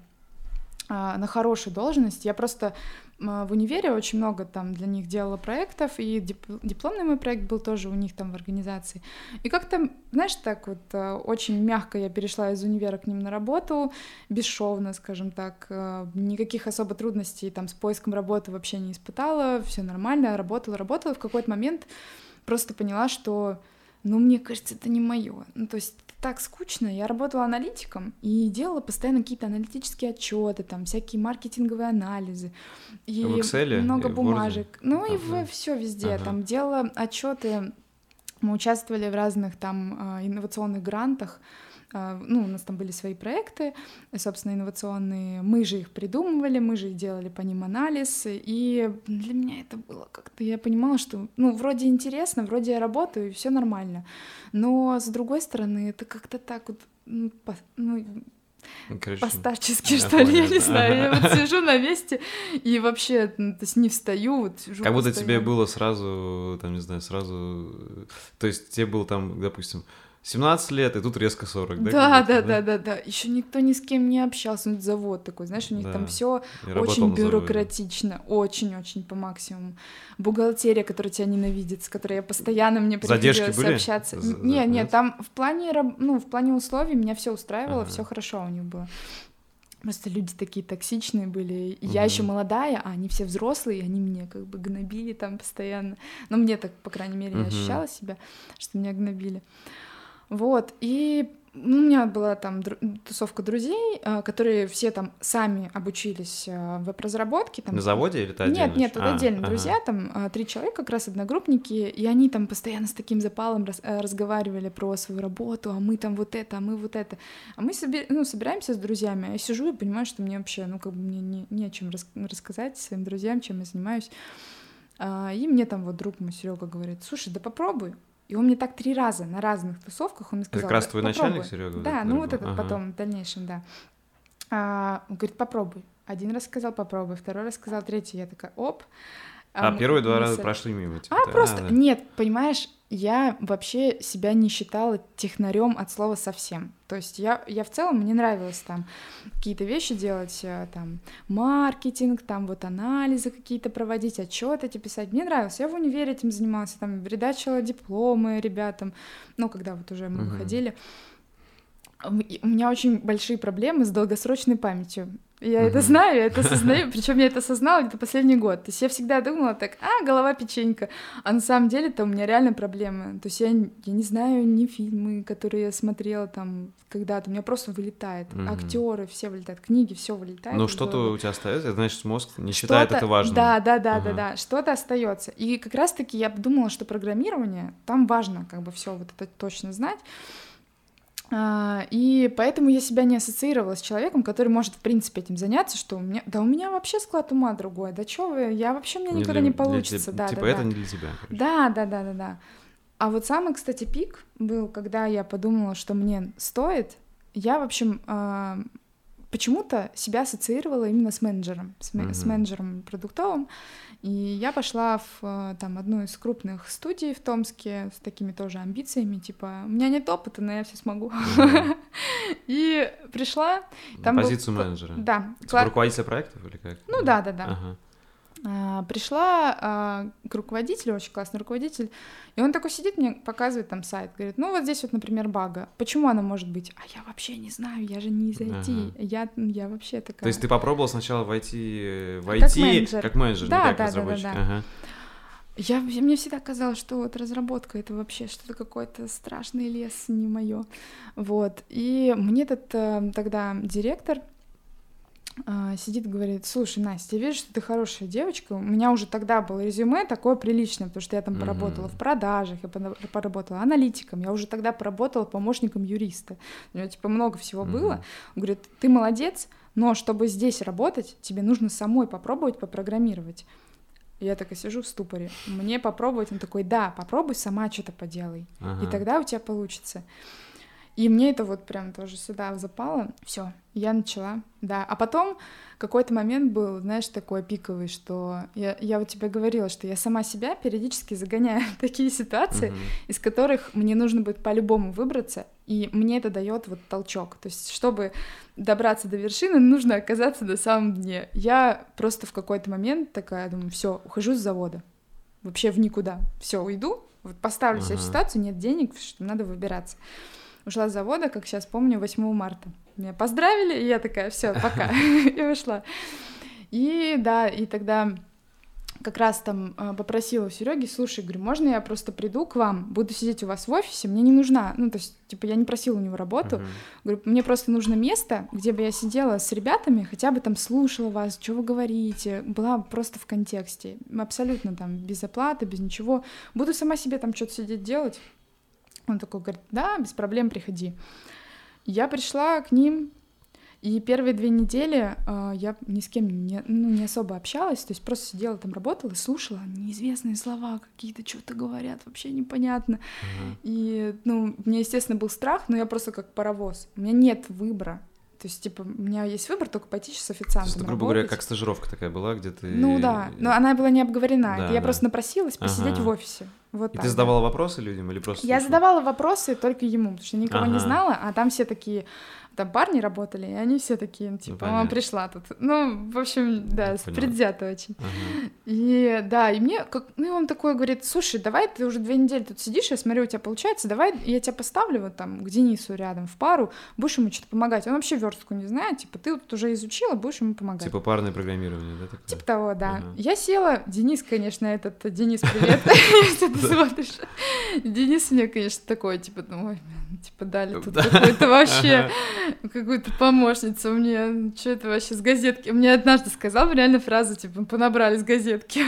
а, на хорошей должности. Я просто м, в универе очень много там для них делала проектов, и дип- дипломный мой проект был тоже у них там в организации. И как-то, знаешь, так вот э, очень мягко я перешла из универа к ним на работу, бесшовно, скажем так, э, никаких особо трудностей там с поиском работы вообще не испытала, все нормально, работала, работала. В какой-то момент просто поняла, что, ну, мне кажется, это не мое. Ну, то есть так скучно. Я работала аналитиком и делала постоянно какие-то аналитические отчеты, там всякие маркетинговые анализы. И В Excel? много И в Word? бумажек. Ну и Там, да. в все везде. Ага. Там делала отчеты. Мы участвовали в разных там а, инновационных грантах. А, Ну, у нас там были свои проекты, и, собственно, инновационные. Мы же их придумывали, мы же делали по ним анализ. И для меня это было как-то... Я понимала, что, ну, вроде интересно, вроде я работаю, и все нормально. Но, с другой стороны, это как-то так вот... ну, по- ну, Ну, короче, постарчески, я что ли, я понял, не да. знаю. Я вот сижу на месте и вообще, ну, то есть не встаю, вот сижу Как будто постоянно. тебе было сразу, там, не знаю, сразу... То есть тебе было там, допустим, семнадцать лет, и тут резко сорок, да? Да, как да, будто, да, да, да. Еще никто ни с кем не общался. Ну, это завод такой, знаешь, у них Да. там все Я работал очень на заводе. бюрократично, очень-очень по максимуму. Бухгалтерия, которая тебя ненавидит, с которой я постоянно мне Задержки приходилось были? общаться. За- Не, за- не, нет? там в плане, раб- ну, в плане условий меня все устраивало, Ага. все хорошо у них было. Просто люди такие токсичные были. И я Мгм. еще молодая, а они все взрослые, и они меня как бы гнобили там постоянно. Но мне так, по крайней мере, я Мгм. ощущала себя, что меня гнобили. Вот, и ну, у меня была там дру- тусовка друзей, а, которые все там сами обучились а, в веб-разработке. Там... На заводе или ты отдельно? Нет, нет, еще? это А, отдельно ага. друзья, там а, три человека, как раз одногруппники, и они там постоянно с таким запалом рас- э, разговаривали про свою работу, а мы там вот это, а мы вот это. А мы соби- ну, собираемся с друзьями, а я сижу и понимаю, что мне вообще, ну, как бы мне не, не о чем рас- рассказать своим друзьям, чем я занимаюсь. А, и мне там вот друг мой, Серега, говорит, слушай, да попробуй. И он мне так три раза на разных тусовках, он мне сказал, как раз «Да твой попробуй». начальник, Серега? Да, ну вот этот Ага. потом, в дальнейшем, да. А, он говорит, попробуй. Один раз сказал, попробуй, второй раз сказал, третий. Я такая, оп. А, а первые два раза с... прошли мимо тебя? А, просто... А, да. Нет, понимаешь, я вообще себя не считала технарем от слова совсем. То есть я, я в целом, мне нравилось там какие-то вещи делать, там, маркетинг, там вот анализы какие-то проводить, отчеты эти писать. Мне нравилось. Я в универе этим занималась, там, редачила дипломы ребятам, ну, когда вот уже мы uh-huh. выходили. У меня очень большие проблемы с долгосрочной памятью. Я uh-huh. это знаю, я это осознаю, причем я это осознала где-то последний год. То есть я всегда думала так, а, голова печенька. А на самом деле-то у меня реально проблемы. То есть я, я не знаю ни фильмы, которые я смотрела там когда-то, у меня просто вылетает. Uh-huh. Актеры все вылетают, книги, все вылетает. Ну что-то у тебя остается, значит, мозг не считает что-то... это важным. Да, да, да, uh-huh. да, да, что-то остается. И как раз-таки я думала, что программирование, там важно как бы все вот это точно знать. И поэтому я себя не ассоциировала с человеком, который может, в принципе, этим заняться, что у меня... Да у меня вообще склад ума другой, да чё вы, я вообще, у меня никогда для, не получится. для, да, типа да, это да. не для тебя, короче. Да, да, да, да, да. А вот самый, кстати, пик был, когда я подумала, что мне стоит, я, в общем, почему-то себя ассоциировала именно с менеджером, с, mm-hmm. с менеджером продуктовым, и я пошла в там, одну из крупных студий в Томске с такими тоже амбициями, типа, у меня нет опыта, но я все смогу. Mm-hmm. И пришла... Там на позицию был... менеджера? Да. Типа руководителя проектов или как? Ну да, да, да. Ага. А, пришла а, к руководителю, очень классный руководитель, и он такой сидит, мне показывает там сайт, говорит, ну вот здесь вот, например, бага, почему она может быть? А я вообще не знаю, я же не из ай ти, ага. я, я вообще такая... То есть ты попробовала сначала войти в ай ти как менеджер, как менеджер да, не как да, разработчик? Да, да, да. Ага. Я, мне всегда казалось, что вот разработка — это вообще что-то какой-то страшный лес, не моё. Вот, и мне этот тогда директор сидит и говорит, слушай, Настя, я вижу, что ты хорошая девочка, у меня уже тогда было резюме такое приличное, потому что я там mm-hmm. поработала в продажах, я поработала аналитиком, я уже тогда поработала помощником юриста, у меня типа много всего mm-hmm. было. Он говорит, ты молодец, но чтобы здесь работать, тебе нужно самой попробовать попрограммировать. Я такая сижу в ступоре, мне попробовать? Он такой, да, попробуй сама что-то поделай, uh-huh. и тогда у тебя получится. И мне это вот прям тоже сюда запало. Все, я начала, да. А потом какой-то момент был, знаешь, такой пиковый, что я, я вот тебе говорила, что я сама себя периодически загоняю в такие ситуации, mm-hmm. из которых мне нужно будет по-любому выбраться, и мне это дает вот толчок. То есть, чтобы добраться до вершины, нужно оказаться на самом дне. Я просто в какой-то момент такая думаю, все, ухожу с завода, вообще в никуда. Все, уйду, вот поставлю uh-huh. себя в ситуацию, нет денег, что надо выбираться. Ушла с завода, как сейчас помню, восьмого марта. Меня поздравили, и я такая, все, пока, и ушла. И да, и тогда как раз там попросила у Серёги, слушай, говорю, можно я просто приду к вам, буду сидеть у вас в офисе, мне не нужна, ну, то есть, типа, я не просила у него работу, uh-huh. говорю, мне просто нужно место, где бы я сидела с ребятами, хотя бы там слушала вас, что вы говорите, была просто в контексте, абсолютно там без оплаты, без ничего, буду сама себе там что-то сидеть делать. Он такой говорит, да, без проблем, приходи. Я пришла к ним, и первые две недели э, я ни с кем не, ну, не особо общалась, то есть просто сидела там, работала, слушала неизвестные слова, какие-то что-то говорят, вообще непонятно. Uh-huh. И, ну, у меня, естественно, был страх, но я просто как паровоз, у меня нет выбора. То есть, типа, у меня есть выбор только пойти сейчас с официантом работать. Грубо говоря, как стажировка такая была, где ты... Ну да, но она была не обговорена. Да, это я да. просто напросилась посидеть ага. в офисе. Вот и так, ты задавала да. вопросы людям или просто Я слушала? задавала вопросы только ему, потому что я никого ага. не знала, а там все такие... Там парни работали, и они все такие, ну, типа, ну, пришла тут. Ну, в общем, да, предвзято очень. Ага. И да, и мне, как, ну, и он такой говорит, слушай, давай ты уже две недели тут сидишь, я смотрю, у тебя получается, давай я тебя поставлю вот там к Денису рядом в пару, будешь ему что-то помогать. Он вообще верстку не знает, типа, ты вот уже изучила, будешь ему помогать. Типа парное программирование, да? Такое? Типа того, да. Ага. Я села, Денис, конечно, этот, Денис, привет, если ты смотришь. Денис мне, конечно, такой, типа, ну, ой, типа, дали тут какой-то вообще... какую-то помощницу мне, что это вообще с газетки? Мне однажды сказал реально фразу, типа, понабрали с газетки.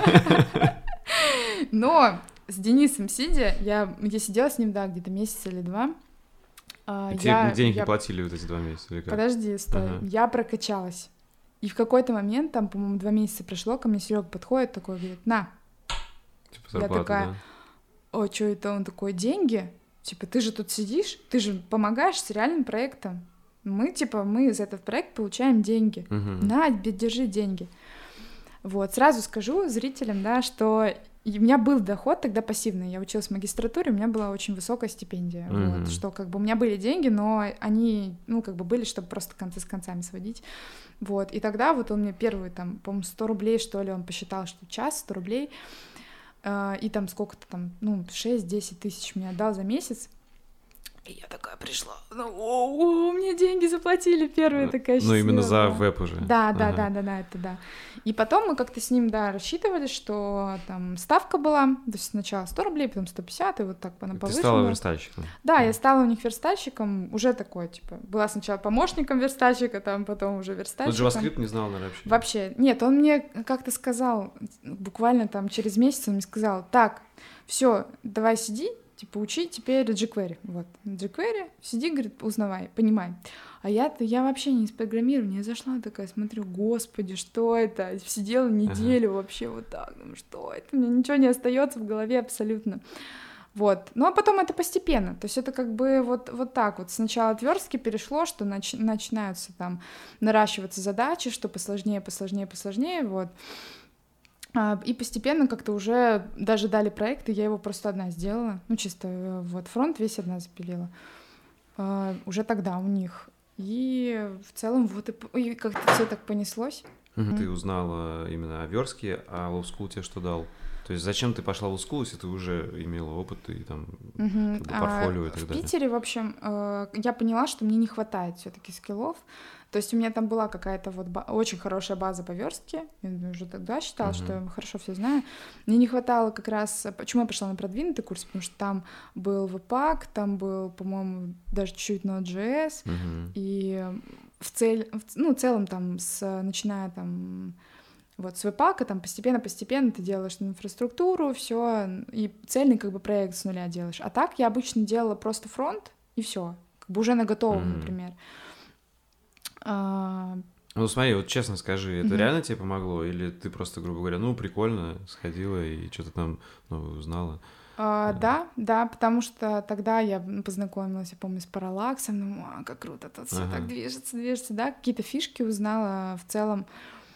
Но с Денисом сидя, я, я сидела с ним, да, где-то месяц или два. И тебе денег не платили вот эти два месяца? Или как? Подожди, стой. Ага. Я прокачалась. И в какой-то момент, там, по-моему, два месяца прошло, ко мне Серега подходит, такой, говорит, на. Типа зарплата, я такая, да? О, что это? Он такой, деньги? Типа, ты же тут сидишь, ты же помогаешь с реальным проектом. Мы, типа, мы за этот проект получаем деньги. Uh-huh. На, держи деньги. Вот, сразу скажу зрителям, да, что и у меня был доход тогда пассивный, я училась в магистратуре, у меня была очень высокая стипендия, mm-hmm. вот, что как бы у меня были деньги, но они, ну, как бы были, чтобы просто концы с концами сводить, вот, и тогда вот он мне первый, там, по-моему, сто рублей, что ли, он посчитал, что час, сто рублей, э, и там сколько-то там, ну, шесть-десять тысяч мне отдал за месяц. И я такая пришла, ну, о, о, мне деньги заплатили, первая такая счастливая. Ну, именно за веб уже. Да, да, ага. да, да, да, это да. И потом мы как-то с ним, да, рассчитывали, что там ставка была, то есть сначала сто рублей, потом сто пятьдесят, и вот так она повышена. Ты стала верстальщиком? Да, я стала у них верстальщиком, уже такой, типа, была сначала помощником верстальщика, там, потом уже верстальщиком. Ну, JavaScript не знал, наверное, вообще? Вообще, нет, он мне как-то сказал, буквально там через месяц он мне сказал, так, все, давай сиди, типа, учи теперь jQuery, вот, jQuery, сиди, говорит, узнавай, понимай. А я-то, я вообще не из программирования, я зашла такая, смотрю, господи, что это, сидела неделю ага. вообще вот так, думаю, что это, у меня ничего не остается в голове абсолютно. Вот, ну а потом это постепенно, то есть это как бы вот, вот так вот, сначала от верстки перешло, что нач- начинаются там наращиваться задачи, что посложнее, посложнее, посложнее, вот. И постепенно как-то уже даже дали проект, и я его просто одна сделала. Ну, чисто вот фронт весь одна запилила. А, уже тогда у них. И в целом вот и, и как-то все так понеслось. Mm-hmm. Ты узнала именно о верстке, а Love School тебе что дал? То есть зачем ты пошла в School, если ты уже имела опыт и там mm-hmm. как бы портфолио а и так в далее? В Питере, в общем, я поняла, что мне не хватает все-таки скиллов. То есть у меня там была какая-то вот ба- очень хорошая база по верстке, я уже тогда считала, uh-huh. что я хорошо все знаю. Мне не хватало как раз... Почему я пошла на продвинутый курс? Потому что там был Webpack, там был, по-моему, даже чуть-чуть Node.js, uh-huh. и в, цель, ну, в целом там, с, начиная там... Вот с Webpack там постепенно-постепенно ты делаешь инфраструктуру, все, и цельный как бы проект с нуля делаешь. А так я обычно делала просто фронт, и все, как бы уже на готовом, uh-huh. например. А... Ну смотри, вот честно скажи, это mm-hmm. реально тебе помогло? Или ты просто, грубо говоря, ну прикольно, сходила и что-то там новое узнала? А, да, да, потому что тогда я познакомилась, я помню, с параллаксом, ну, а, как круто тут все ага. так движется, движется, да, какие-то фишки узнала в целом.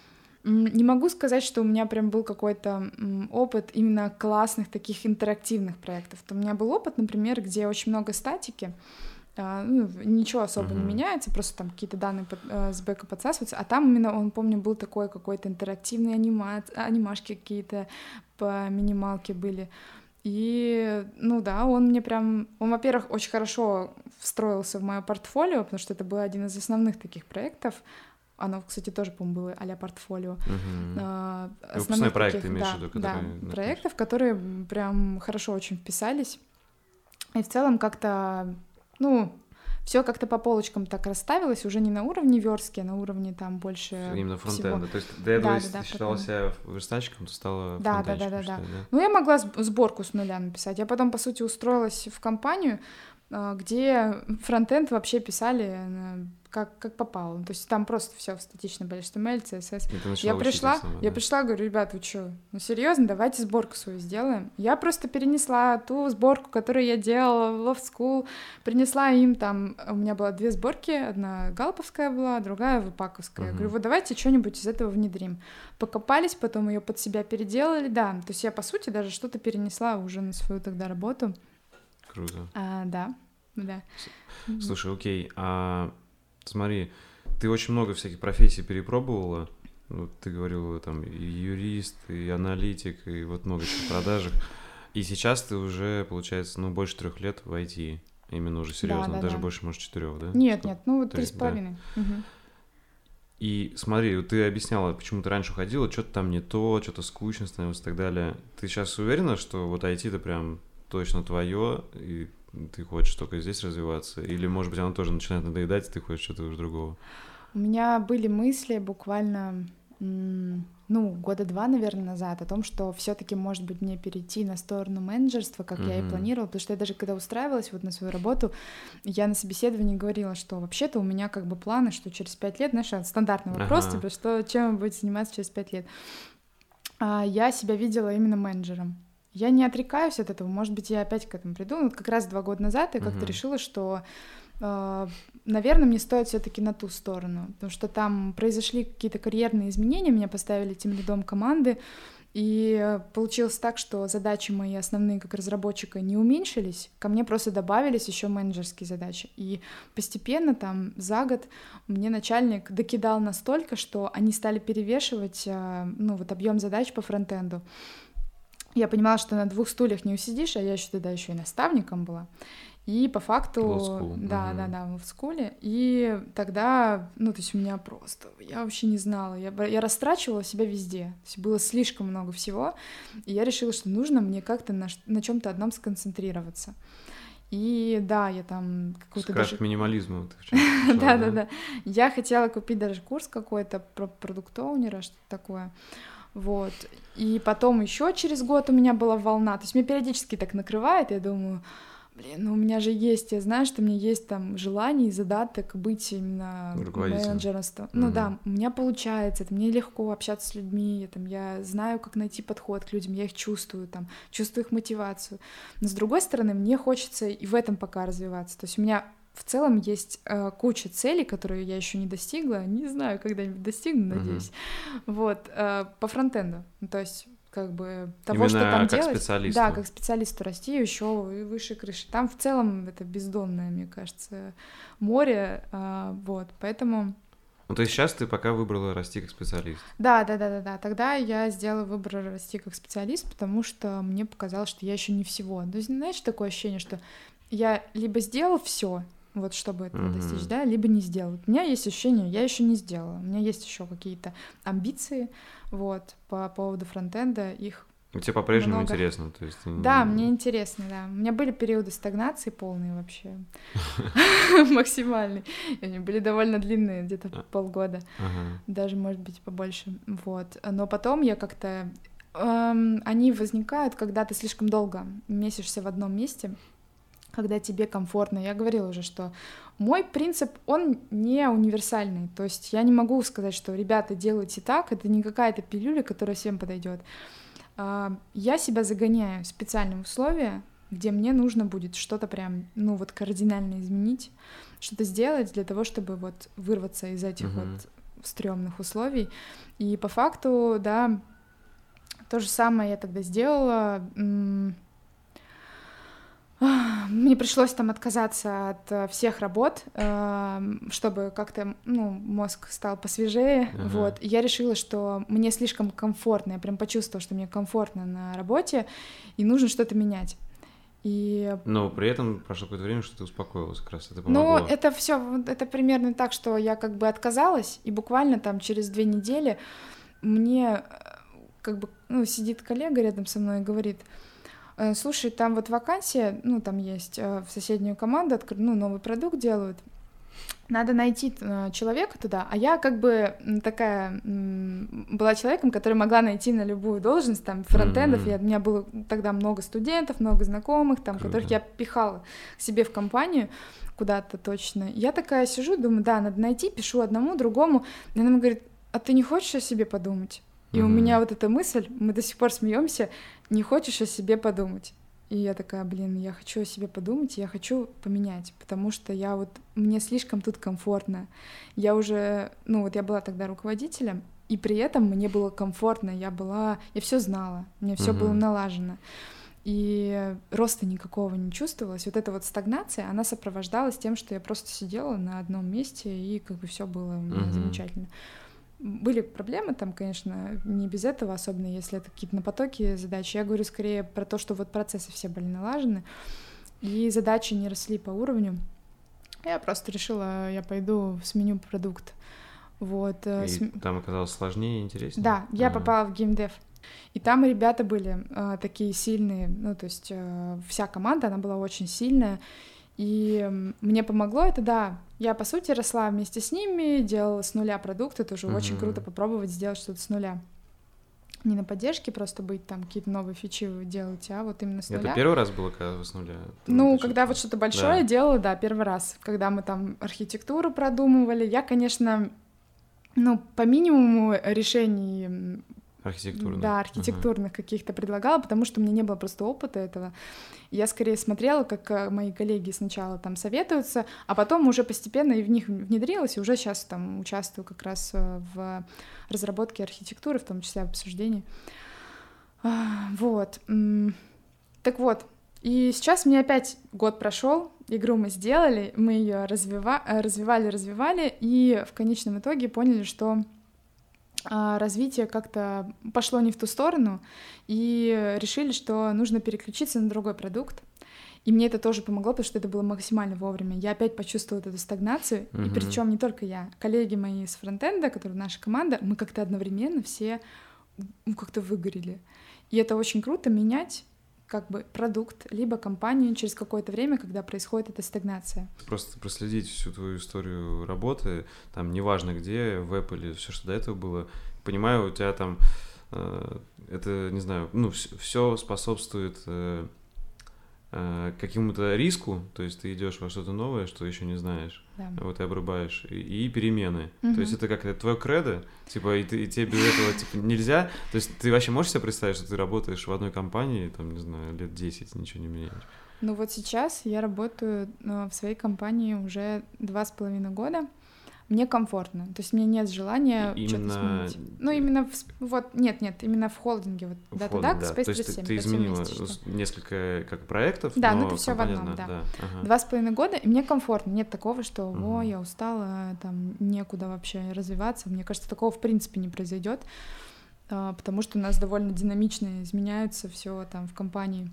Не могу сказать, что у меня прям был какой-то опыт именно классных таких интерактивных проектов. У меня был опыт, например, где очень много статики, ну, ничего особо uh-huh. не меняется, просто там какие-то данные под, э, с бэка подсасываются, а там именно, он, помню, был такой какой-то интерактивный анима... анимашки какие-то по минималке были, и, ну да, он мне прям, он, во-первых, очень хорошо встроился в мое портфолио, потому что это был один из основных таких проектов, оно, кстати, тоже, по-моему, было а-ля портфолио. Uh-huh. Основных проекты, таких, имеешь в виду, да, да, проектов, которые прям хорошо очень вписались, и в целом как-то ну, все как-то по полочкам так расставилось, уже не на уровне верстки, а на уровне там больше именно фронтенда. всего. То есть до этого, да, если да, ты считала себя верстальщиком, то стала да, фронтенщиком. Да, да, да, да. да. Ну, я могла сборку с нуля написать. Я потом, по сути, устроилась в компанию, где фронтенд вообще писали как, как попало. То есть там просто все в статичном эйч ти эм эль, си эс эс. Я пришла, сама, я да? пришла, говорю, ребят, вы что, ну серьезно, давайте сборку свою сделаем. Я просто перенесла ту сборку, которую я делала в Love School, принесла им там, у меня было две сборки, одна галповская была, другая вебаковская. Uh-huh. Говорю, вот давайте что-нибудь из этого внедрим. Покопались, потом ее под себя переделали, да. То есть я, по сути, даже что-то перенесла уже на свою тогда работу. Круто. А, да, да. Слушай, окей, а смотри, ты очень много всяких профессий перепробовала. Вот ты говорила, там, и юрист, и аналитик, и вот много чего в продажах. И сейчас ты уже, получается, ну, больше трех лет в ай ти. Именно уже серьезно, да, да, даже да. больше, может, четырех, да? Нет, Сколько? нет, ну, вот три с половиной. Да. Угу. И смотри, вот ты объясняла, почему ты раньше уходила, что-то там не то, что-то скучно становилось и так далее. Ты сейчас уверена, что вот ай ти-то прям точно твое, и ты хочешь только здесь развиваться? Или, может быть, оно тоже начинает надоедать, и ты хочешь что-то уже другого? У меня были мысли буквально, ну, года два, наверное, назад о том, что все-таки, может быть, мне перейти на сторону менеджерства, как mm-hmm. я и планировала, потому что я даже когда устраивалась вот на свою работу, я на собеседовании говорила, что вообще-то у меня как бы планы, что через пять лет, знаешь, стандартный вопрос, ага. типа, что чем вы будете заниматься через пять лет. А я себя видела именно менеджером. Я не отрекаюсь от этого, может быть, я опять к этому приду. Вот как раз два года назад я как-то uh-huh. решила, что наверное, мне стоит все-таки на ту сторону, потому что там произошли какие-то карьерные изменения, меня поставили тимлидом команды, и получилось так, что задачи мои основные как разработчика не уменьшились, ко мне просто добавились еще менеджерские задачи. И постепенно там за год мне начальник докидал настолько, что они стали перевешивать, ну, вот объем задач по фронтенду. Я понимала, что на двух стульях не усидишь, а я еще тогда еще и наставником была. И по факту, да, mm-hmm. да, да, мы в скуле, и тогда, ну, то есть у меня просто, я вообще не знала, я, я растрачивала себя везде, то есть было слишком много всего, и я решила, что нужно мне как-то на, на чем-то одном сконцентрироваться. И да, я там какой-то даже... даже... к минимализму. Да-да-да, я хотела купить даже курс какой-то про продукт-оунера, что-то такое. Вот, и потом еще через год у меня была волна, то есть меня периодически так накрывает, я думаю... Блин, ну у меня же есть, я знаю, что у меня есть там желание и задаток быть именно менеджером. Mm-hmm. Ну да, у меня получается, это мне легко общаться с людьми, я, там, я знаю, как найти подход к людям, я их чувствую, там, чувствую их мотивацию. Но с другой стороны, мне хочется и в этом пока развиваться. То есть у меня в целом есть э, куча целей, которые я еще не достигла, не знаю, когда-нибудь достигну, надеюсь. Mm-hmm. Вот, э, по фронтенду, то есть... как бы того, именно что там как делать. Специалисту. Да, как специалисту расти еще выше крыши. Там в целом это бездонное, мне кажется, море, а, вот, поэтому... Ну, то есть сейчас ты пока выбрала расти как специалист? Да, да, да, да, да. Тогда я сделала выбор расти как специалист, потому что мне показалось, что я еще не всего. То есть, знаешь, такое ощущение, что я либо сделал все, вот чтобы этого mm-hmm. достичь, да, либо не сделал. У меня есть ощущение, я еще не сделала. У меня есть еще какие-то амбиции, вот, по поводу фронтенда, их и тебе по-прежнему много. Интересно, то есть... Да, мне интересно, да. У меня были периоды стагнации полные вообще, максимальные. Они были довольно длинные, где-то полгода, даже, может быть, побольше, вот. Но потом я как-то... Они возникают, когда ты слишком долго месишься в одном месте, когда тебе комфортно. Я говорила уже, что мой принцип, он не универсальный. То есть я не могу сказать, что, ребята, делайте так, это не какая-то пилюля, которая всем подойдет. Я себя загоняю в специальные условия, где мне нужно будет что-то прям, ну вот кардинально изменить, что-то сделать для того, чтобы вот вырваться из этих uh-huh. вот стрёмных условий. И по факту, да, то же самое я тогда сделала. Мне пришлось там отказаться от всех работ, чтобы как-то, ну, мозг стал посвежее, uh-huh. вот. И я решила, что мне слишком комфортно, я прям почувствовала, что мне комфортно на работе, и нужно что-то менять. И... Но при этом прошло какое-то время, что ты успокоилась, как раз это помогло. Ну, это все, это примерно так, что я как бы отказалась, и буквально там через две недели мне как бы, ну, сидит коллега рядом со мной и говорит: слушай, там вот вакансия, ну, там есть в соседнюю команду, откр... ну, новый продукт делают, надо найти человека туда, а я как бы такая была человеком, который могла найти на любую должность, там, фронтендов, mm-hmm. я, у меня было тогда много студентов, много знакомых, там, Круто. Которых я пихала к себе в компанию куда-то точно. Я такая сижу, думаю, да, надо найти, пишу одному, другому, и она мне говорит: а ты не хочешь о себе подумать? И mm-hmm. у меня вот эта мысль, мы до сих пор смеемся: не хочешь о себе подумать? И я такая: блин, я хочу о себе подумать, я хочу поменять, потому что я вот, мне слишком тут комфортно. Я уже, ну вот я была тогда руководителем, и при этом мне было комфортно, я была, я все знала, мне все mm-hmm. было налажено. И роста никакого не чувствовалось. Вот эта вот стагнация, она сопровождалась тем, что я просто сидела на одном месте, и как бы все было у меня mm-hmm. замечательно. Были проблемы там, конечно, не без этого, особенно если это какие-то на потоке задачи. Я говорю скорее про то, что вот процессы все были налажены, и задачи не росли по уровню. Я просто решила, я пойду сменю продукт. Вот. И См... там оказалось сложнее и интереснее? Да, я А-а-а. попала в геймдев. И там ребята были э, такие сильные, ну, то есть э, вся команда, она была очень сильная. И мне помогло это, да. Я, по сути, росла вместе с ними, делала с нуля продукты, тоже mm-hmm. очень круто попробовать сделать что-то с нуля. Не на поддержке просто быть, там, какие-то новые фичи делать, а вот именно с нуля. Это первый раз было, когда вы с нуля? Ну, когда вот что-то большое да. делала, да, первый раз. Когда мы там архитектуру продумывали, я, конечно, ну, по минимуму решений Архитектурных. Да, архитектурных uh-huh. каких-то предлагала, потому что у меня не было просто опыта этого. Я скорее смотрела, как мои коллеги сначала там советуются, а потом уже постепенно и в них внедрилась, и уже сейчас там участвую как раз в разработке архитектуры, в том числе в обсуждении. Вот. Так вот, и сейчас мне опять год прошел, игру мы сделали, мы ее развива... развивали, развивали, и в конечном итоге поняли, что развитие как-то пошло не в ту сторону, и решили, что нужно переключиться на другой продукт. И мне это тоже помогло, потому что это было максимально вовремя. Я опять почувствовала эту стагнацию, uh-huh. и причем не только я. Коллеги мои с фронтенда, которые наша команда, мы как-то одновременно все ну, как-то выгорели. И это очень круто менять как бы продукт, либо компанию через какое-то время, когда происходит эта стагнация. Просто проследить всю твою историю работы, там, неважно где, веб или все, что до этого было, понимаю, у тебя там, э, это, не знаю, ну, все способствует э, э, какому-то риску, то есть ты идешь во что-то новое, что еще не знаешь, да. Вот и обрубаешь, и, и перемены. Угу. То есть это как это твое кредо, типа, и, ты, и тебе без этого типа нельзя. То есть ты вообще можешь себе представить, что ты работаешь в одной компании, там, не знаю, лет десять, ничего не меняешь? Ну вот сейчас я работаю в своей компании уже два с половиной года. Мне комфортно, то есть мне нет желания именно... что-то сменить. Ну, именно в, вот, нет, нет, именно в холдинге, вот, Data.Dax, да. Space То есть тридцать семь. ты, ты изменила несколько как проектов, да, но ну это все в одном, да. да. Ага. Два с половиной года, и мне комфортно, нет такого, что, угу. о, я устала, там, некуда вообще развиваться. Мне кажется, такого в принципе не произойдет, потому что у нас довольно динамично изменяется все там в компании.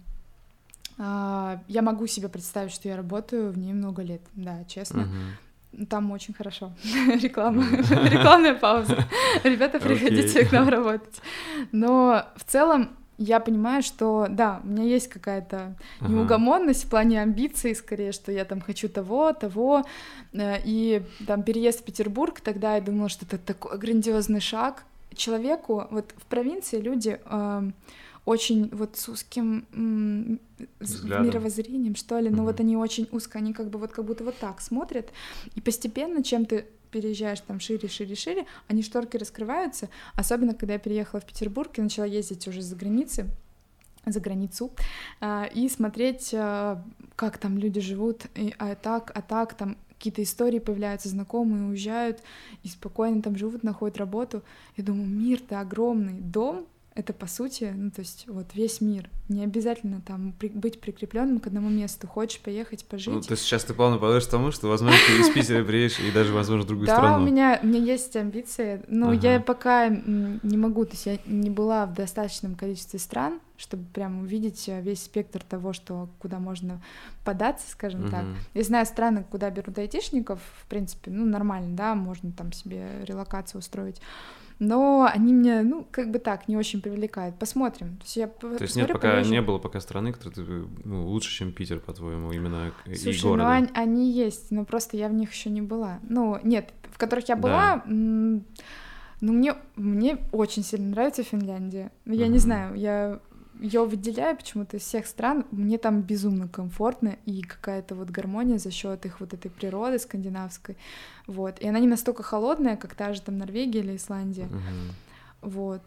Я могу себе представить, что я работаю в ней много лет, да, честно. Угу. Там очень хорошо. Реклама. Рекламная пауза. Ребята, приходите okay. к нам работать. Но в целом я понимаю, что да, у меня есть какая-то ага. неугомонность в плане амбиций, скорее, что я там хочу того, того. И там переезд в Петербург, тогда я думала, что это такой грандиозный шаг. Человеку, вот в провинции люди э, очень вот с узким м- мировоззрением, что ли, но mm-hmm. вот они очень узко, они как бы вот как будто вот так смотрят, и постепенно, чем ты переезжаешь там шире, шире, шире, они шторки раскрываются, особенно когда я переехала в Петербург и начала ездить уже за границы, за границу, э, и смотреть, э, как там люди живут, и, а так, а так, там какие-то истории появляются, знакомые уезжают и спокойно там живут, находят работу. Я думаю, мир-то огромный, дом — это, по сути, ну, то есть вот весь мир. Не обязательно там при- быть прикрепленным к одному месту. Хочешь поехать, пожить. Ну, то есть сейчас ты плавно подойдешь к тому, что, возможно, ты из Питера приедешь и даже, возможно, в другую да, страну. Да, у меня, у меня есть амбиции, но ага. я пока не могу, то есть я не была в достаточном количестве стран, чтобы прям увидеть весь спектр того, что куда можно податься, скажем uh-huh. так. Я знаю страны, куда берут айтишников, в принципе, ну, нормально, да, можно там себе релокацию устроить. Но они меня, ну, как бы так, не очень привлекают. Посмотрим. То есть, я То есть нет, пока поезжу. Не было пока страны, которая ну, лучше, чем Питер, по-твоему, именно Слушай, и города. ну они, они есть, но просто я в них еще не была. Ну, нет, в которых я была, да. м- ну, мне, мне очень сильно нравится Финляндия. Я uh-huh. не знаю, я ее выделяю почему-то из всех стран. Мне там безумно комфортно, и какая-то вот гармония за счет их вот этой природы скандинавской. Вот. И она не настолько холодная, как та же там Норвегия или Исландия. Uh-huh. Вот.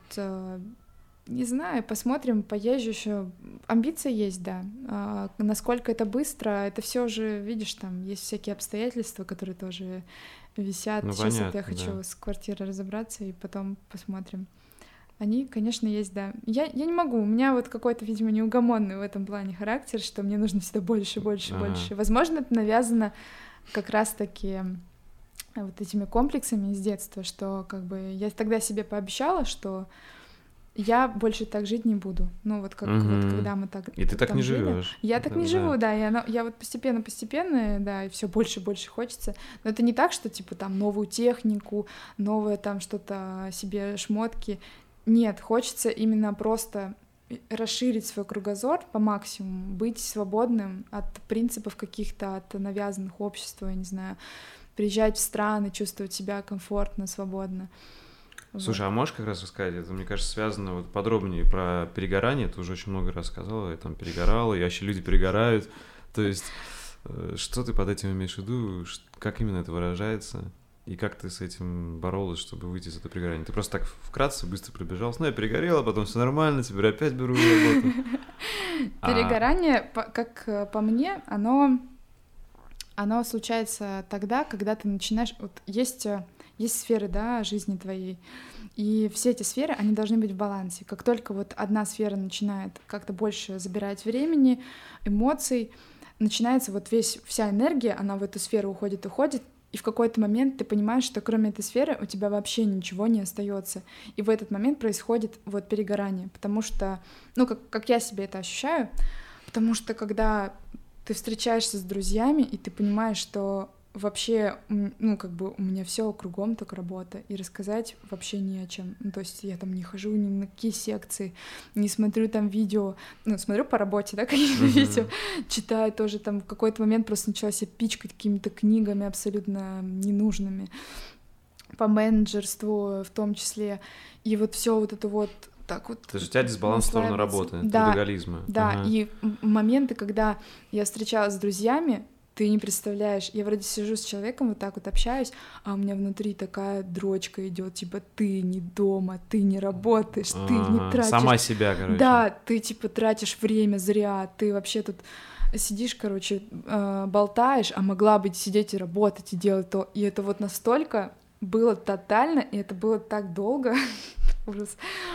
Не знаю, посмотрим, поезжу еще. Амбиции есть, да. А, насколько это быстро, это все же, видишь, там есть всякие обстоятельства, которые тоже висят. Ну, Сейчас понятно, вот я хочу да. с квартиры разобраться, и потом посмотрим. Они, конечно, есть, да. Я, я не могу, у меня вот какой-то, видимо, неугомонный в этом плане характер, что мне нужно всегда больше, больше, ага. больше. Возможно, это навязано как раз-таки вот этими комплексами из детства, что как бы я тогда себе пообещала, что я больше так жить не буду. Ну вот как угу. вот когда мы так и ты так не жили. живешь. Я так да, не да. живу, да. Я, я вот постепенно, постепенно, да, и все больше, больше хочется. Но это не так, что типа там новую технику, новое там что-то себе шмотки. Нет, хочется именно просто расширить свой кругозор по максимуму, быть свободным от принципов каких-то, от навязанных общества, я не знаю, приезжать в страны, чувствовать себя комфортно, свободно. Слушай, вот. А можешь как раз рассказать, это, мне кажется, связано вот подробнее про перегорание, ты уже очень много раз сказала, я там перегорала, и вообще люди перегорают, то есть что ты под этим имеешь в виду, как именно это выражается? И как ты с этим боролась, чтобы выйти из этого перегорания? Ты просто так вкратце быстро пробежалась, ну, я перегорела, потом все нормально, теперь опять беру работу. Перегорание, как по мне, оно, оно случается тогда, когда ты начинаешь... Вот есть, есть сферы, да, жизни твоей, и все эти сферы, они должны быть в балансе. Как только вот одна сфера начинает как-то больше забирать времени, эмоций, начинается вот весь, вся энергия, она в эту сферу уходит, уходит, и в какой-то момент ты понимаешь, что кроме этой сферы у тебя вообще ничего не остается. И в этот момент происходит вот перегорание, потому что, ну, как, как я себе это ощущаю, потому что когда ты встречаешься с друзьями, и ты понимаешь, что вообще, ну, как бы у меня все кругом только работа, и рассказать вообще не о чем. Ну, то есть я там не хожу ни на какие секции, не смотрю там видео, ну, смотрю по работе, да, какие-то mm-hmm. видео, читаю тоже там в какой-то момент просто начала себя пичкать какими-то книгами абсолютно ненужными, по менеджерству в том числе, и вот все вот это вот так вот. То есть у тебя дисбаланс в сторону работы, да, трудоголизма. Да, ага. И моменты, когда я встречалась с друзьями, ты не представляешь, я вроде сижу с человеком, вот так вот общаюсь, а у меня внутри такая дрочка идет, типа, ты не дома, ты не работаешь, ты ага, не тратишь... Сама себя, короче. Да, ты, типа, тратишь время зря, ты вообще тут сидишь, короче, болтаешь, а могла бы сидеть и работать, и делать то. И это вот настолько было тотально, и это было так долго, ужас.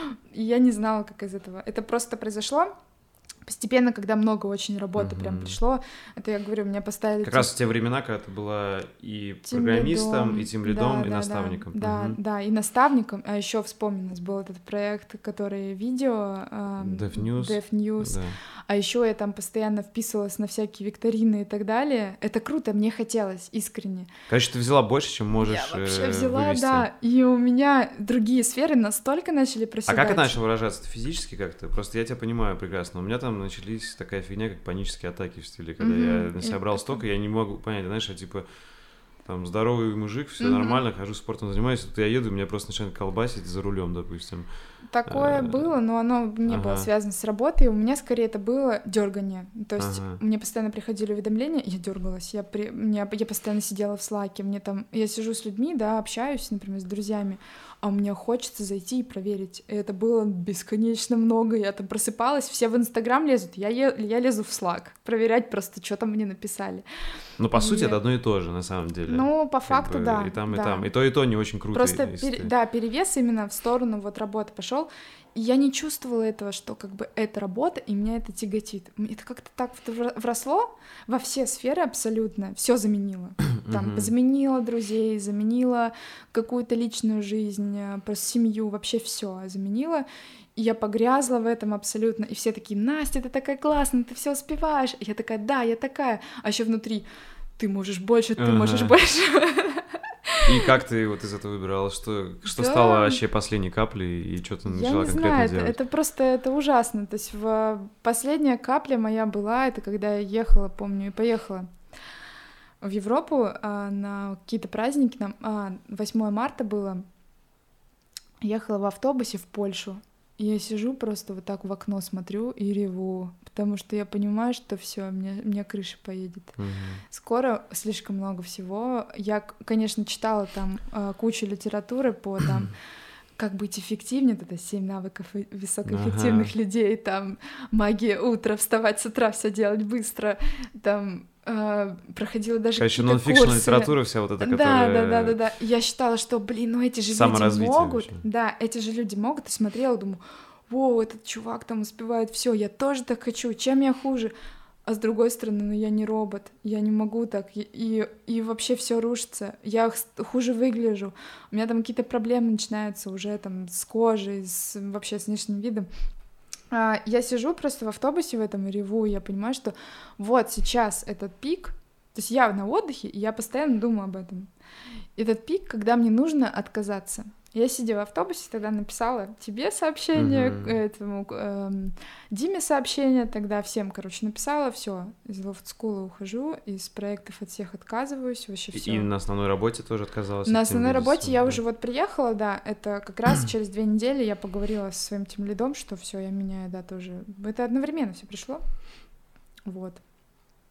И я не знала, как из этого. Это просто произошло постепенно, когда много очень работы uh-huh. прям пришло, это я говорю, меня поставили... Как тип... раз в те времена, когда ты была и программистом, и тимлидом, да, и да, наставником. Да, uh-huh. да, и наставником, а еще вспомни, у нас был этот проект, который видео... Эм, DevNews. DevNews. Да. А еще я там постоянно вписывалась на всякие викторины и так далее. Это круто, мне хотелось, искренне. Короче, ты взяла больше, чем можешь Я вообще взяла, вывести. Да, и у меня другие сферы настолько начали проседать. А как это начало выражаться? Это физически как-то? Просто я тебя понимаю прекрасно. У меня там начались такая фигня, как панические атаки в стиле, когда mm-hmm. я на себя брал столько, я не могу понять, знаешь, я типа там здоровый мужик, все mm-hmm. нормально, хожу спортом занимаюсь, тут я еду, меня просто начинает колбасить за рулем, допустим. Такое было, но оно не ага. было связано с работой. У меня скорее это было дергание. То есть ага. мне постоянно приходили уведомления, я дергалась, я, при... я, я постоянно сидела в слаке, мне там, я сижу с людьми, да, общаюсь, например, с друзьями, а мне хочется зайти и проверить. И это было бесконечно много. Я там просыпалась, все в Инстаграм лезут, я, е... я лезу в слак, проверять просто, что там мне написали. Ну, по и... сути, это одно и то же, на самом деле. Ну, по как факту, бы, да. И там, да. и там. И то, и то не очень круто. Просто, пер... ты... да, перевес именно в сторону вот работы пошел. И я не чувствовала этого, что как бы это работа, и меня это тяготит. Это как-то так вросло во все сферы абсолютно, все заменило. Там, заменила друзей, заменила какую-то личную жизнь, просто семью, вообще все заменила. И я погрязла в этом абсолютно. И все такие: Настя, ты такая классная, ты все успеваешь. И я такая: да, я такая. А еще внутри: ты можешь больше, ты ага. можешь больше. И как ты вот из этого выбиралась? Что, что да. стало вообще последней каплей, и что ты начала я не конкретно знаю, делать? Это, это просто это ужасно. То есть в... последняя капля моя была, это когда я ехала, помню, и поехала в Европу а, на какие-то праздники. Нам а, восьмое марта было. Ехала в автобусе в Польшу. И я сижу просто вот так в окно смотрю и реву, потому что я понимаю, что все, мне, мне крыша поедет. Угу. Скоро слишком много всего. Я, конечно, читала там э, кучу литературы по там как быть эффективнее, это семь навыков высокоэффективных ага. людей, там магия утра, вставать с утра, все делать быстро, там Uh, проходила даже Короче, какие-то нонфикшн, курсы. Литература вся вот эта, да, которая... Да, да, да, да. Я считала, что, блин, ну эти же люди могут. Вообще. Да, эти же люди могут. И смотрела, думаю: воу, этот чувак там успевает, все, я тоже так хочу, чем я хуже? А с другой стороны, ну я не робот, я не могу так, и, и, и вообще все рушится, я хуже выгляжу, у меня там какие-то проблемы начинаются уже там с кожей, с, вообще с внешним видом. Я сижу просто в автобусе в этом и реву, и я понимаю, что вот сейчас этот пик, то есть я на отдыхе, и я постоянно думаю об этом. Этот пик, когда мне нужно отказаться. Я, сидя в автобусе, тогда написала тебе сообщение, uh-huh. этому эм, Диме сообщение, тогда всем, короче, написала, все, из лофт-скула ухожу, из проектов от всех отказываюсь, вообще все. И на основной работе тоже отказалась? На основной работе я да. уже вот приехала, да, это как раз через две недели я поговорила со своим тимлидом, что все, я меняю, да, тоже. Это одновременно все пришло, вот.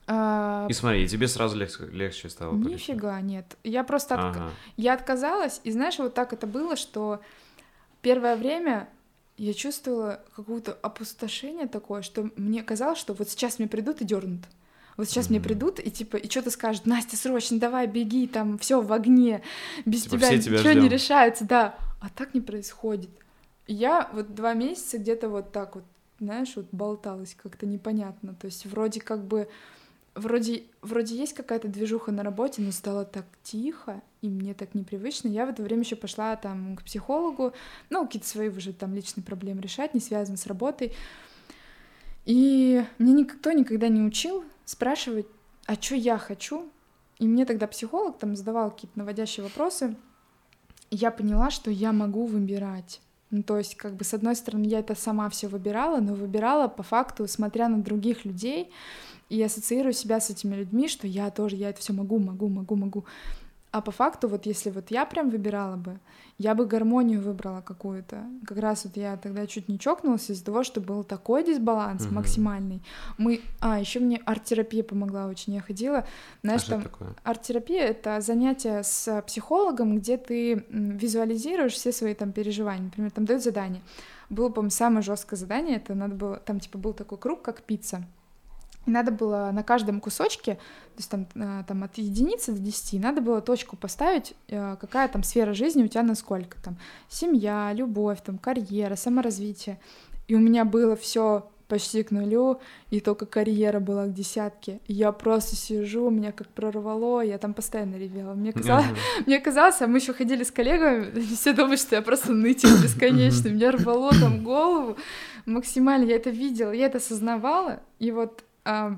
А... И смотри, тебе сразу легче, легче стало? Нифига, нет. Я просто от... ага. я отказалась, и знаешь, вот так это было, что первое время я чувствовала какое-то опустошение такое, что мне казалось, что вот сейчас мне придут и дернут. Вот сейчас mm-hmm. мне придут и типа и что-то скажут: Настя, срочно, давай, беги, там все в огне, без типа тебя ничего ждём. Не решается, да. А так не происходит. И я вот два месяца где-то вот так вот, знаешь, вот болталась как-то непонятно. То есть вроде как бы вроде вроде есть какая-то движуха на работе, но стало так тихо, и мне так непривычно. Я в это время еще пошла там к психологу, ну какие-то свои уже там личные проблемы решать, не связанные с работой. И мне никто никогда не учил спрашивать, а что я хочу. И мне тогда психолог там задавал какие-то наводящие вопросы, и я поняла, что я могу выбирать. Ну, то есть, как бы, с одной стороны, я это сама все выбирала, но выбирала по факту, смотря на других людей, и ассоциирую себя с этими людьми, что я тоже, я это все могу, могу, могу, могу. А по факту, вот если вот я прям выбирала бы, я бы гармонию выбрала какую-то. Как раз вот я тогда чуть не чокнулась из-за того, что был такой дисбаланс mm-hmm. максимальный. Мы... А, еще мне арт-терапия помогла очень. Я ходила, знаешь, а там... Арт-терапия — это занятие с психологом, где ты визуализируешь все свои там переживания. Например, там дают задание. Было, по-моему, самое жесткое задание. Это надо было... Там типа был такой круг, как пицца. И надо было на каждом кусочке, то есть там, там от единицы до десяти, надо было точку поставить, какая там сфера жизни у тебя насколько. Там семья, любовь, там, карьера, саморазвитие. И у меня было все почти к нулю, и только карьера была к десятке. И я просто сижу, меня как прорвало, я там постоянно ревела. Мне казалось, uh-huh. мне казалось, а мы еще ходили с коллегами, все думают, что я просто нытик бесконечный, меня рвало там голову максимально, я это видела, я это осознавала, и вот А,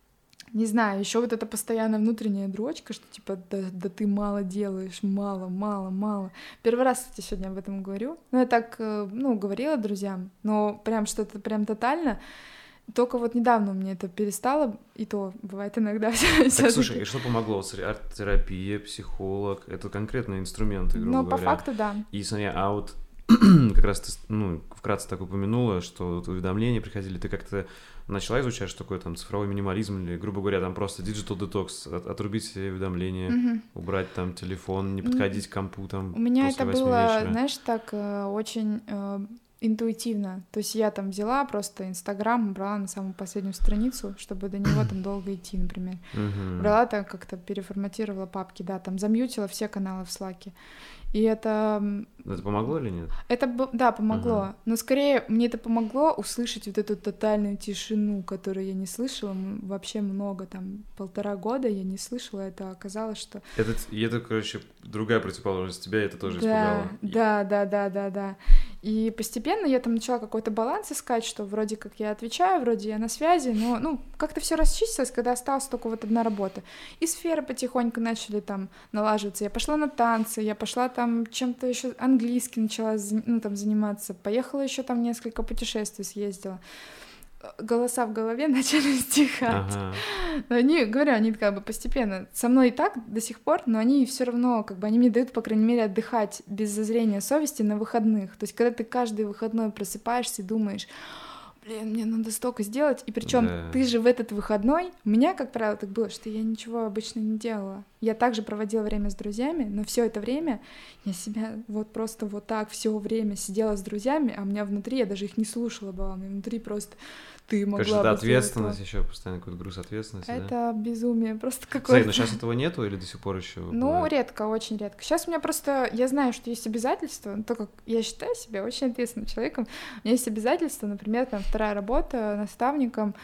не знаю, еще вот эта постоянная внутренняя дрочка, что типа да, да ты мало делаешь, мало, мало, мало. Первый раз, кстати, сегодня об этом говорю. Ну, я так, ну, говорила друзьям, но прям что-то прям тотально. Только вот недавно у меня это перестало, и то бывает иногда. Так, слушай, и что помогло? Арт-терапия, психолог, это конкретные инструменты, грубо ну, говоря. Ну, по факту, да. И, смотри, а вот как раз ты, ну, вкратце так упомянула, что вот уведомления приходили, ты как-то начала изучать, что такое там цифровой минимализм или, грубо говоря, там просто digital detox, от, отрубить все уведомления, mm-hmm. убрать там телефон, не подходить mm-hmm. к компу там. У меня после это было, вечера. Знаешь, так э, очень э, интуитивно. То есть я там взяла просто Инстаграм, брала на самую последнюю страницу, чтобы до него там долго идти, например. Mm-hmm. Брала так, как-то переформатировала папки, да, там замьютила все каналы в Слаке. И это... Это помогло или нет? Это, да, помогло. Uh-huh. Но скорее мне это помогло услышать вот эту тотальную тишину, которую я не слышала вообще много, там, полтора года я не слышала. Это оказалось, что... Это, это короче, другая противоположность тебя, это тоже да, испугало. Да, да, да, да, да. И постепенно я там начала какой-то баланс искать, что вроде как я отвечаю, вроде я на связи, но, ну, как-то все расчистилось, когда осталась только вот одна работа. И сферы потихоньку начали там налаживаться. Я пошла на танцы, я пошла там чем-то еще английский начала, ну, там, заниматься. Поехала еще там несколько путешествий съездила. Голоса в голове начали стихать. Ага. Они, говорю, они как бы постепенно со мной и так до сих пор, но они все равно, как бы, они мне дают, по крайней мере, отдыхать без зазрения совести на выходных. То есть, когда ты каждый выходной просыпаешься и думаешь: блин, мне надо столько сделать, и причем да. ты же в этот выходной, у меня, как правило, так было, что я ничего обычно не делала. Я также проводила время с друзьями, но все это время я себя вот просто вот так все время сидела с друзьями, а у меня внутри, я даже их не слушала была, у меня внутри просто ты могла Конечно, бы... это ответственность еще, постоянно какой-то груз ответственности, это да? безумие, просто какое-то... Смотри, но сейчас этого нету или до сих пор еще? Ну, бывает? Редко, очень редко. Сейчас у меня просто, я знаю, что есть обязательства, то как я считаю себя очень ответственным человеком, у меня есть обязательства, например, там вторая работа наставником,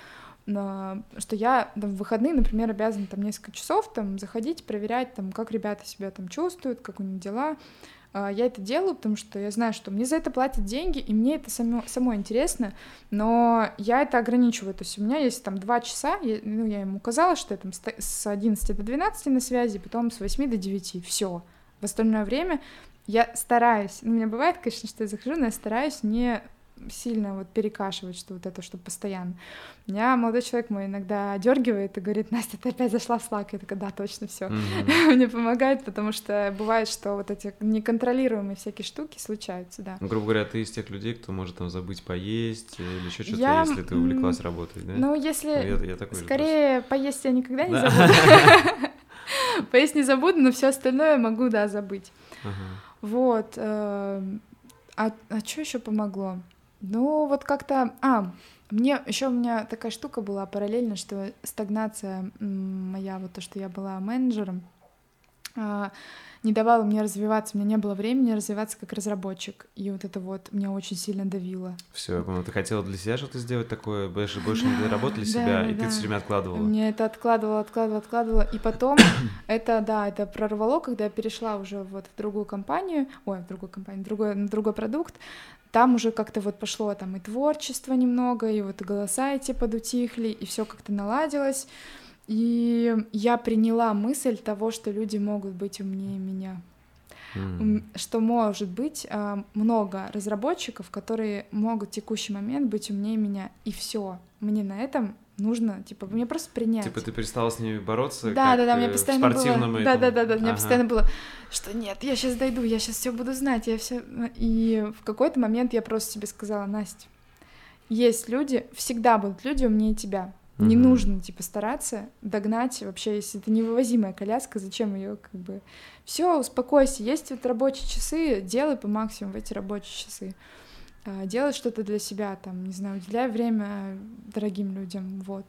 на, что я там, в выходные, например, обязана там несколько часов там заходить, проверять, там, как ребята себя там чувствуют, как у них дела. Я это делаю, потому что я знаю, что мне за это платят деньги, и мне это само, само интересно, но я это ограничиваю. То есть у меня есть там два часа, я, ну, я им указала, что я там с одиннадцати до двенадцати на связи, потом с восьми до девяти, все. В остальное время я стараюсь, ну, у меня бывает, конечно, что я захожу, но я стараюсь не сильно вот перекашивать, что вот это, что постоянно. Меня молодой человек мой иногда одергивает и говорит: Настя, ты опять зашла в Slack. Я такая: да, точно, все. Mm-hmm. Мне помогает, потому что бывает, что вот эти неконтролируемые всякие штуки случаются, да. Ну, грубо говоря, ты из тех людей, кто может там забыть поесть или еще что-то, я... если ты увлеклась работой, да? Ну, если... Ну, я, я такой скорее поесть я никогда не забуду. Поесть не забуду, но все остальное могу, да, забыть. Вот. А что еще помогло? Ну, вот как-то... А, мне еще у меня такая штука была параллельно, что стагнация моя, вот то, что я была менеджером, не давала мне развиваться, у меня не было времени развиваться как разработчик, и вот это вот меня очень сильно давило. Все, я понял, ты хотела для себя что-то сделать такое, больше, больше не для работы, для себя, и ты все время откладывала. Мне это откладывала, откладывала, откладывала, и потом это, да, это прорвало, когда я перешла уже вот в другую компанию, ой, в другую компанию, другой, на другой продукт, там уже как-то вот пошло там и творчество немного, и вот и голоса эти подутихли, и все как-то наладилось. И я приняла мысль того, что люди могут быть умнее меня. Mm. Что может быть много разработчиков, которые могут в текущий момент быть умнее меня. И все. Мне на этом нужно, типа, мне просто принять. Типа ты перестала с ними бороться, да, как да, да, мне постоянно в спортивном было, этом... Да, да, да, да, ага. мне постоянно было, что нет, я сейчас дойду, я сейчас все буду знать, я все. И в какой-то момент я просто себе сказала: Настя, есть люди, всегда будут люди умнее тебя. Не mm-hmm. нужно, типа, стараться догнать. Вообще, если это невывозимая коляска, зачем ее, как бы... Все, успокойся. Есть вот рабочие часы, делай по максимуму в эти рабочие часы. Делай что-то для себя, там, не знаю, уделяй время дорогим людям, вот.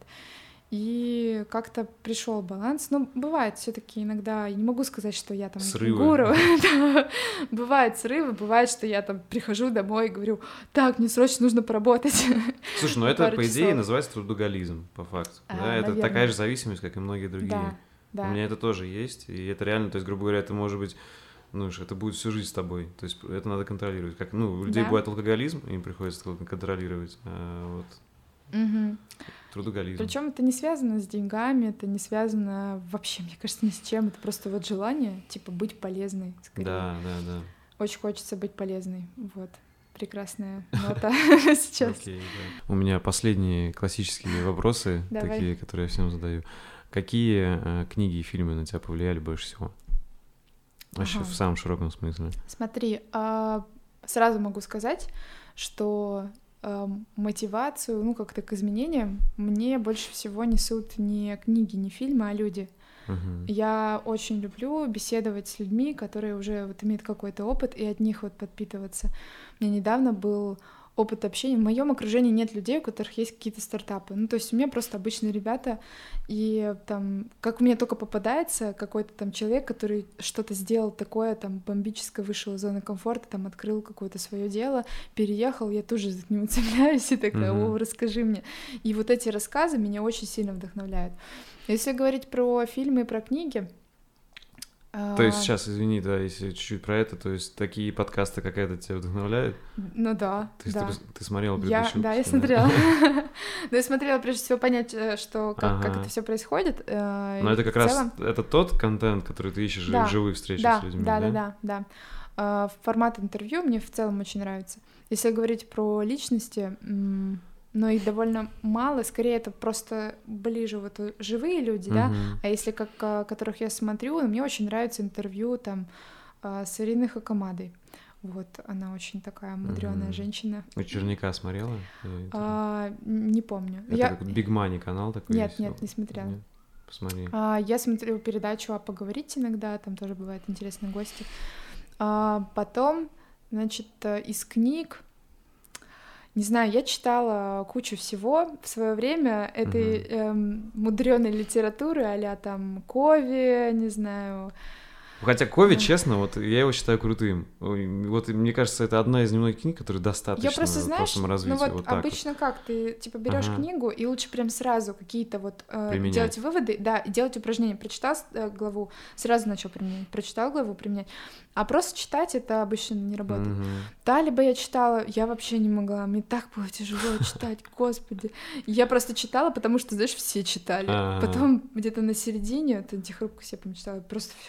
И как-то пришел баланс. Ну, бывает все-таки иногда, я не могу сказать, что я там срывы. Гуру. Бывают срывы, бывает, что я там прихожу домой и говорю: так, мне срочно нужно поработать. Слушай, ну это, по идее, называется трудоголизм, по факту. А, да? Это такая же зависимость, как и многие другие. Да, да. У меня это тоже есть, и это реально, то есть, грубо говоря, это может быть, ну, это будет всю жизнь с тобой, то есть это надо контролировать. Как, ну, у людей да. бывает алкоголизм, им приходится контролировать, а вот... Угу. Трудоголизм. Причем это не связано с деньгами, это не связано вообще, мне кажется, ни с чем. Это просто вот желание, типа, быть полезной. Скорее. Да, да, да. Очень хочется быть полезной. Вот. Прекрасная нота сейчас. Okay, да. У меня последние классические вопросы, такие, которые я всем задаю. Какие э, книги и фильмы на тебя повлияли больше всего? Вообще ага. в самом широком смысле. Смотри, а, сразу могу сказать, что мотивацию, ну, как-то к изменениям мне больше всего несут не книги, не фильмы, а люди. Uh-huh. Я очень люблю беседовать с людьми, которые уже вот имеют какой-то опыт, и от них вот подпитываться. У меня недавно был опыт общения. В моем окружении нет людей, у которых есть какие-то стартапы. Ну, то есть у меня просто обычные ребята, и там, как у меня только попадается какой-то там человек, который что-то сделал такое, там, бомбическое, вышел из зоны комфорта, там, открыл какое-то свое дело, переехал, я тоже к нему цепляюсь и такая: о, расскажи мне. И вот эти рассказы меня очень сильно вдохновляют. Если говорить про фильмы и про книги... То есть сейчас, извини, да, если чуть-чуть про это, то есть такие подкасты какая-то тебя вдохновляют? Ну да, То есть да. ты, ты смотрела предыдущий Да, я смотрела. Но я смотрела, прежде всего, понять, что как это все происходит. Но это как раз это тот контент, который ты ищешь в живых встречах с людьми, да? Да, да, да, да. Формат интервью мне в целом очень нравится. Если говорить про личности... но их довольно мало, скорее это просто ближе вот живые люди, uh-huh. да, а если как которых я смотрю, мне очень нравится интервью там с Ириной Хакамадой, вот, она очень такая мудреная uh-huh. женщина. У Черняка смотрела? А, не помню. Это я... как Big Money канал такой? Нет, нет, не смотрела. Нет. Посмотри. А, я смотрю передачу «А поговорить» иногда, там тоже бывают интересные гости. А, потом, значит, из книг, не знаю, я читала кучу всего в свое время этой uh-huh. эм, мудреной литературы, а-ля там Кови, не знаю. Хотя Кови, честно, вот я его считаю крутым. Вот мне кажется, это одна из немногих книг, которые достаточно я просто, знаешь, по саморазвитию. Ну вот, вот обычно вот. Как ты типа берешь ага. книгу и лучше прям сразу какие-то вот э, делать выводы, да, и делать упражнения. Прочитал э, главу, сразу начал применять. Прочитал главу, применять. А просто читать это обычно не работает. Угу. Да, либо я читала, я вообще не могла, мне так было тяжело читать, господи. Я просто читала, потому что, знаешь, все читали. А-а-а. Потом где-то на середине, вот «Антихрупкость» я помечтала, просто все.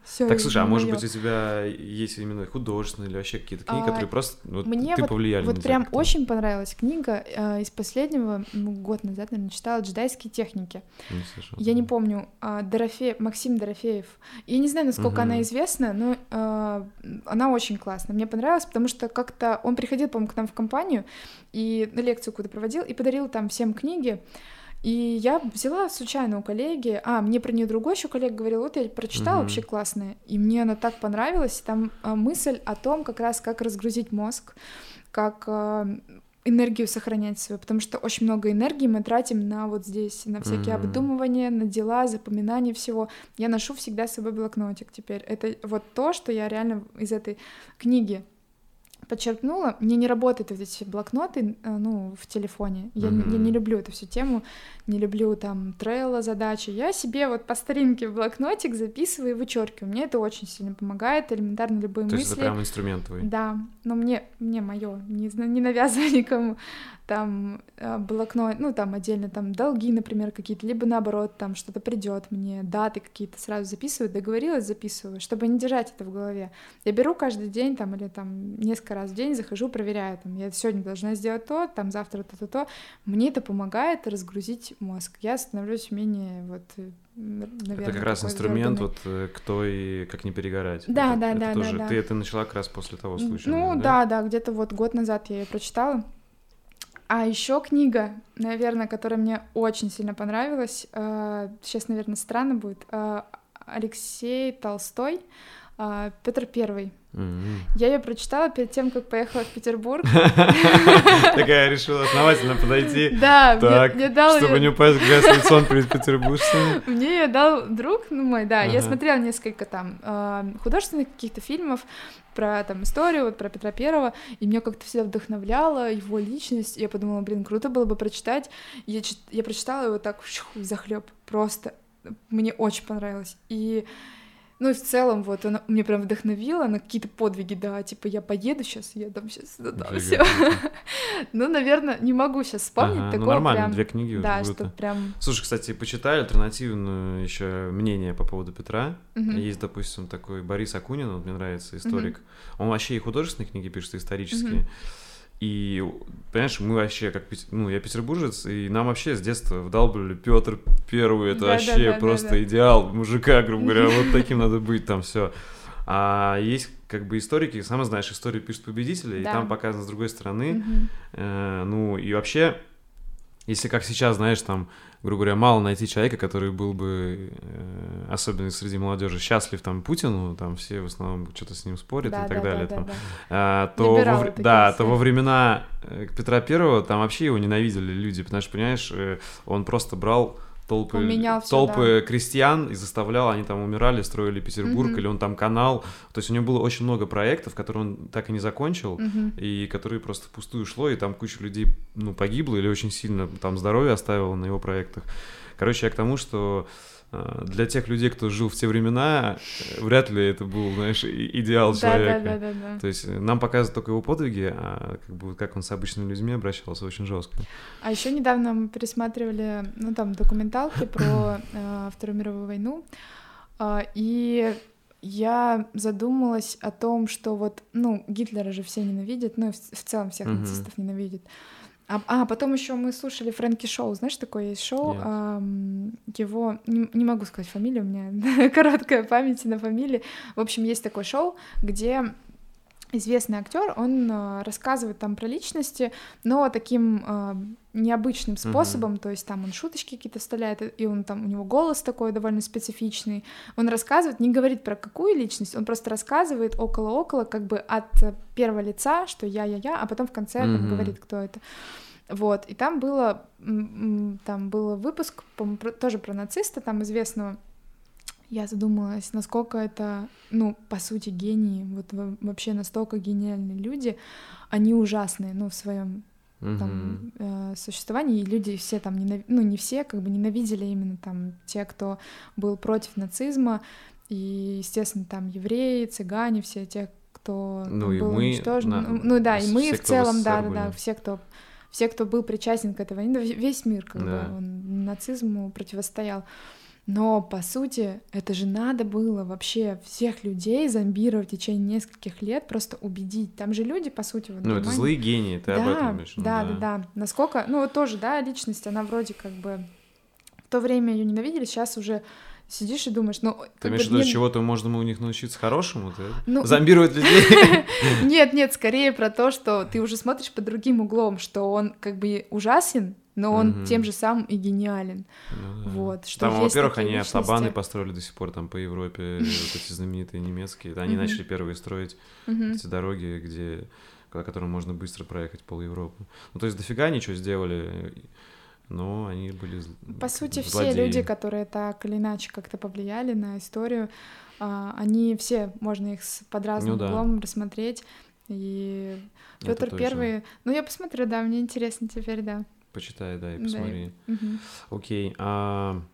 Всё, Так, слушай, а может моё. быть, у тебя есть именно художественные или вообще какие-то книги, А, которые просто вот, Мне ты вот, повлияли вот на тебя прям как-то? очень понравилась книга э, из последнего, ну, год назад, наверное, читала «Джедайские техники». Не слышал. Я не помню, а, Дорофеев, Максим Дорофеев. Я не знаю, насколько Мгм. она известна, но а, она очень классная. Мне понравилась, потому что как-то он приходил, по-моему, к нам в компанию и на лекцию куда-то проводил, и подарил там всем книги. И я взяла случайно у коллеги, а, мне про нее другой еще коллега говорил, вот я прочитала, Мгм. вообще классная, и мне она так понравилась, там а, мысль о том, как раз как разгрузить мозг, как а, энергию сохранять свою, потому что очень много энергии мы тратим на вот здесь, на всякие Мгм. обдумывания, на дела, запоминание всего. Я ношу всегда с собой блокнотик теперь. Это вот то, что я реально из этой книги подчеркнула. Мне не работают вот эти блокноты, э, ну, в телефоне. Я, не- я не Мгм. люблю эту всю тему, не люблю там Trello задачи. Я себе вот по старинке в блокнотик записываю и вычеркиваю. Мне это очень сильно помогает, элементарно любые То есть мысли. это прям инструмент твой? Да, но мне, мне мое, не, зна- не навязывай никому. Там э, блокнот, ну там отдельно там долги, например, какие-то, либо наоборот, там что-то придет мне, даты какие-то сразу записываю, договорилась, записываю, чтобы не держать это в голове. Я беру каждый день там или там несколько раз в день, захожу, проверяю, там, я сегодня должна сделать то, там завтра то-то-то. Мне это помогает разгрузить мозг. Я становлюсь менее вот, э, наверное, Это как раз такой инструмент, ёбаный. вот э, кто и как не перегорать. Да, это, да, это да, тоже... да, да. Ты это начала как раз после того случая, Ну наверное, да, да, где-то вот год назад я ее прочитала. А еще книга, наверное, которая мне очень сильно понравилась, э, сейчас, наверное, странно будет, э, Алексей Толстой, э, Петр Первый. Мгм. Я ее прочитала перед тем, как поехала в Петербург. Такая решила основательно подойти, Да, так, мне дал чтобы не её- упасть грязь лицом перед петербуржцами. Мне ее дал друг, ну мой, да. Я Ага. смотрела несколько там э, художественных каких-то фильмов про там историю, вот про Петра Первого, и меня как-то всегда вдохновляла его личность. И я подумала, блин, круто было бы прочитать. И Я, чит- я прочитала его так захлеб, просто мне очень понравилось. И ну и в целом вот она меня прям вдохновила на какие-то подвиги, да, типа я поеду сейчас, я там сейчас, да, Нифига все. себе. Ну, наверное, не могу сейчас вспомнить Ага, ну такого нормально, прям. две книги, Да, круто. что прям. Слушай, кстати, почитай альтернативное еще мнение по поводу Петра. Мгм. Есть, допустим, такой Борис Акунин, вот мне нравится, историк. Он вообще и художественные книги пишет, и исторические. Мгм. И, понимаешь, мы вообще, как, пет- ну, я петербуржец, и нам вообще с детства вдалбливали Петр Первый, это Да, да, вообще да, да, просто да. идеал мужика, грубо говоря, вот таким надо быть, там все. А есть как бы историки, сама знаешь, историю пишут победители, и Да. там показано с другой стороны. Мгм. Э, ну, и вообще, если как сейчас, знаешь, там, грубо говоря, мало найти человека, который был бы, э, особенно среди молодежи, счастлив там Путину, там все в основном что-то с ним спорят Да, и так да, далее. да, там. да, да. А, то, во, Либералы вре- такие да, все. то во времена э, Петра Первого там вообще его ненавидели люди, потому что, понимаешь, э, он просто брал толпы, Он менял всё, толпы крестьян и заставлял, они там умирали, строили Петербург, Мгм. или он там канал. То есть у него было очень много проектов, которые он так и не закончил, Мгм. и которые просто впустую шло, и там куча людей, ну, погибло или очень сильно там здоровье оставило на его проектах. Короче, я к тому, что э, для тех людей, кто жил в те времена, э, вряд ли это был, знаешь, и- идеал Да, человека. да, да, да, да. То есть э, нам показывают только его подвиги, а как бы как он с обычными людьми обращался, очень жестко. А еще недавно мы пересматривали, ну там документалки про э, Вторую мировую войну, а, и я задумалась о том, что вот, ну, Гитлера же все ненавидят, ну и в, в целом всех Мгм. нацистов ненавидят. А, а потом еще мы слушали Фрэнки Шоу, знаешь, такое есть шоу, Нет. ам, его, не, не могу сказать фамилию, у меня короткая память на фамилии. В общем, есть такое шоу, где известный актер, он э, рассказывает там про личности, но таким э, необычным способом, то есть там он шуточки какие-то вставляет, и он там, у него голос такой довольно специфичный, он рассказывает, не говорит про какую личность, он просто рассказывает около-около, как бы от первого лица, что я-я-я, а потом в конце там Мгм. говорит, кто это. Вот, и там было, м, м, там был выпуск, по-моему, про- тоже про нациста, там известного. Я задумалась, насколько это, ну, по сути, гении, вот во- вообще настолько гениальные люди, они ужасные, ну, в своем там Мгм. э, существовании, и люди все там, ненав... ну, не все, как бы ненавидели именно там те, кто был против нацизма, и, естественно, там евреи, цыгане, все те, кто Ну, там и был мы, уничтожен. на- Ну, ну да, и мы все, в кто целом, в да, СССР да, да, были. все, кто все, кто был причастен к этой войне, да, весь мир как Да. бы он нацизму противостоял. Но, по сути, это же надо было вообще всех людей зомбировать в течение нескольких лет, просто убедить. Там же люди, по сути... Вот, ну, это злые гении, ты да, об этом говоришь. Ну, да, да, да, да. Насколько... Ну, вот тоже, да, личность, она вроде как бы... В то время ее ненавидели, сейчас уже сидишь и думаешь, ну... Ты имеешь в виду, чего-то можно у них научиться хорошему? Ты? Ну... Зомбировать людей? Нет, нет, скорее про то, что ты уже смотришь под другим углом, что он как бы ужасен, но он mm-hmm. тем же самым и гениален. Ну, да. Вот, что там, во-первых, они личности... автобаны построили до сих пор там по Европе, вот эти знаменитые немецкие. Они mm-hmm. начали первые строить mm-hmm. эти дороги, где, по которым можно быстро проехать пол Европы. Ну, то есть дофига ничего сделали, но они были по сути, злодеи. Все люди, которые так или иначе как-то повлияли на историю, они все, можно их под разным ну, углом да. рассмотреть. И Петр Первый... Ну, я посмотрю, да, мне интересно теперь, да. Почитай, да, и посмотри. Да. Угу. Окей. А...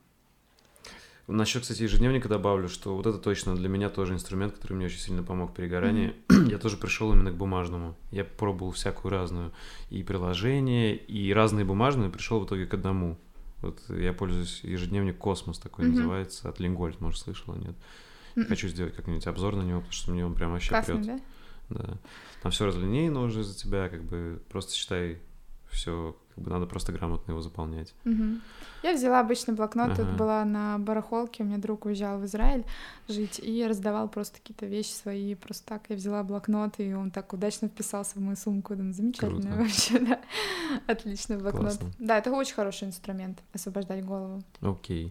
Насчет, кстати, ежедневника добавлю, что вот это точно для меня тоже инструмент, который мне очень сильно помог в перегорании. Mm-hmm. Я тоже пришел именно к бумажному. Я пробовал всякую разную. И приложения, и разные бумажные, пришел в итоге к одному. Вот я пользуюсь ежедневник «Космос», такой mm-hmm. называется, от Лингольд, может, слышала, нет? Mm-hmm. Хочу сделать как-нибудь обзор на него, потому что мне он прям вообще классно, прет. Да? Да. Там все разлинейно уже за тебя, как бы просто считай все, как бы надо просто грамотно его заполнять. Угу. Я взяла обычный блокнот, ага. это была на барахолке, у меня друг уезжал в Израиль жить и раздавал просто какие-то вещи свои, просто так. Я взяла блокнот, и он так удачно вписался в мою сумку, думаю, замечательно Круто. Вообще, да, отличный блокнот. Классно. Да, это очень хороший инструмент, освобождать голову. Окей.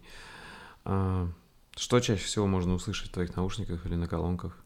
А, что чаще всего можно услышать в твоих наушниках или на колонках?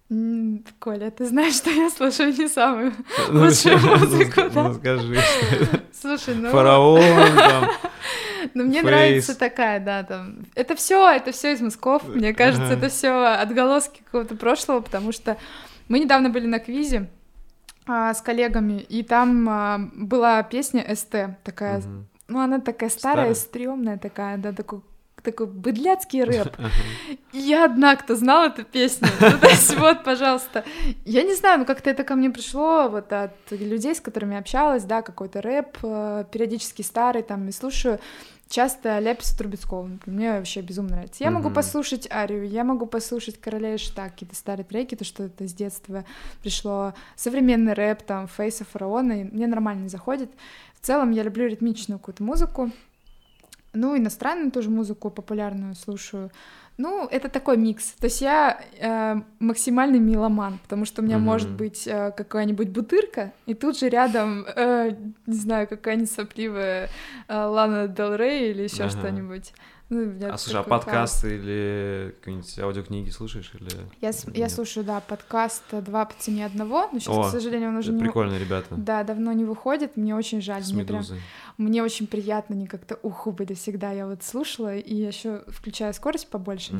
Коля, ты знаешь, что я слушаю не самую лучшую музыку, да? Ну, скажи. Слушай, ну... Фараон, там... Ну, мне нравится такая, да, там... Это все, это все из мозгов, мне кажется, это все отголоски какого-то прошлого, потому что мы недавно были на квизе а, с коллегами, и там а, была песня СТ, такая, угу. ну, она такая старая, стрёмная такая, да, такой такой быдляцкий рэп. И я одна, кто знал эту песню. Ну, то есть вот, пожалуйста. Я не знаю, ну как-то это ко мне пришло вот от людей, с которыми общалась, да, какой-то рэп, периодически старый, там, и слушаю часто Ляписа Трубецкого, например, мне вообще безумно нравится. Я mm-hmm. могу послушать Арию, я могу послушать Короля и Шута, какие-то старые треки, то, что это с детства пришло. Современный рэп, там, Фейса, Фараона, мне нормально заходит. В целом я люблю ритмичную какую-то музыку. Ну, иностранную тоже музыку популярную слушаю. Ну, это такой микс. То есть я э, максимальный меломан, потому что у меня mm-hmm. может быть э, какая-нибудь бутырка, и тут же рядом, э, не знаю, какая-нибудь сопливая э, Лана Дель Рей или еще uh-huh. что-нибудь. Ну, а слушай, а подкасты хаос. Или какие-нибудь аудиокниги слушаешь? Или... Я, я слушаю, да, подкаст «Два по цене одного», но сейчас, О, к сожалению, он уже не... прикольные ребята. Да, давно не выходит, мне очень жаль. С мне прям... «Медузой». Мне очень приятно, они как-то уху были всегда, я вот слушала, и я еще включаю скорость побольше.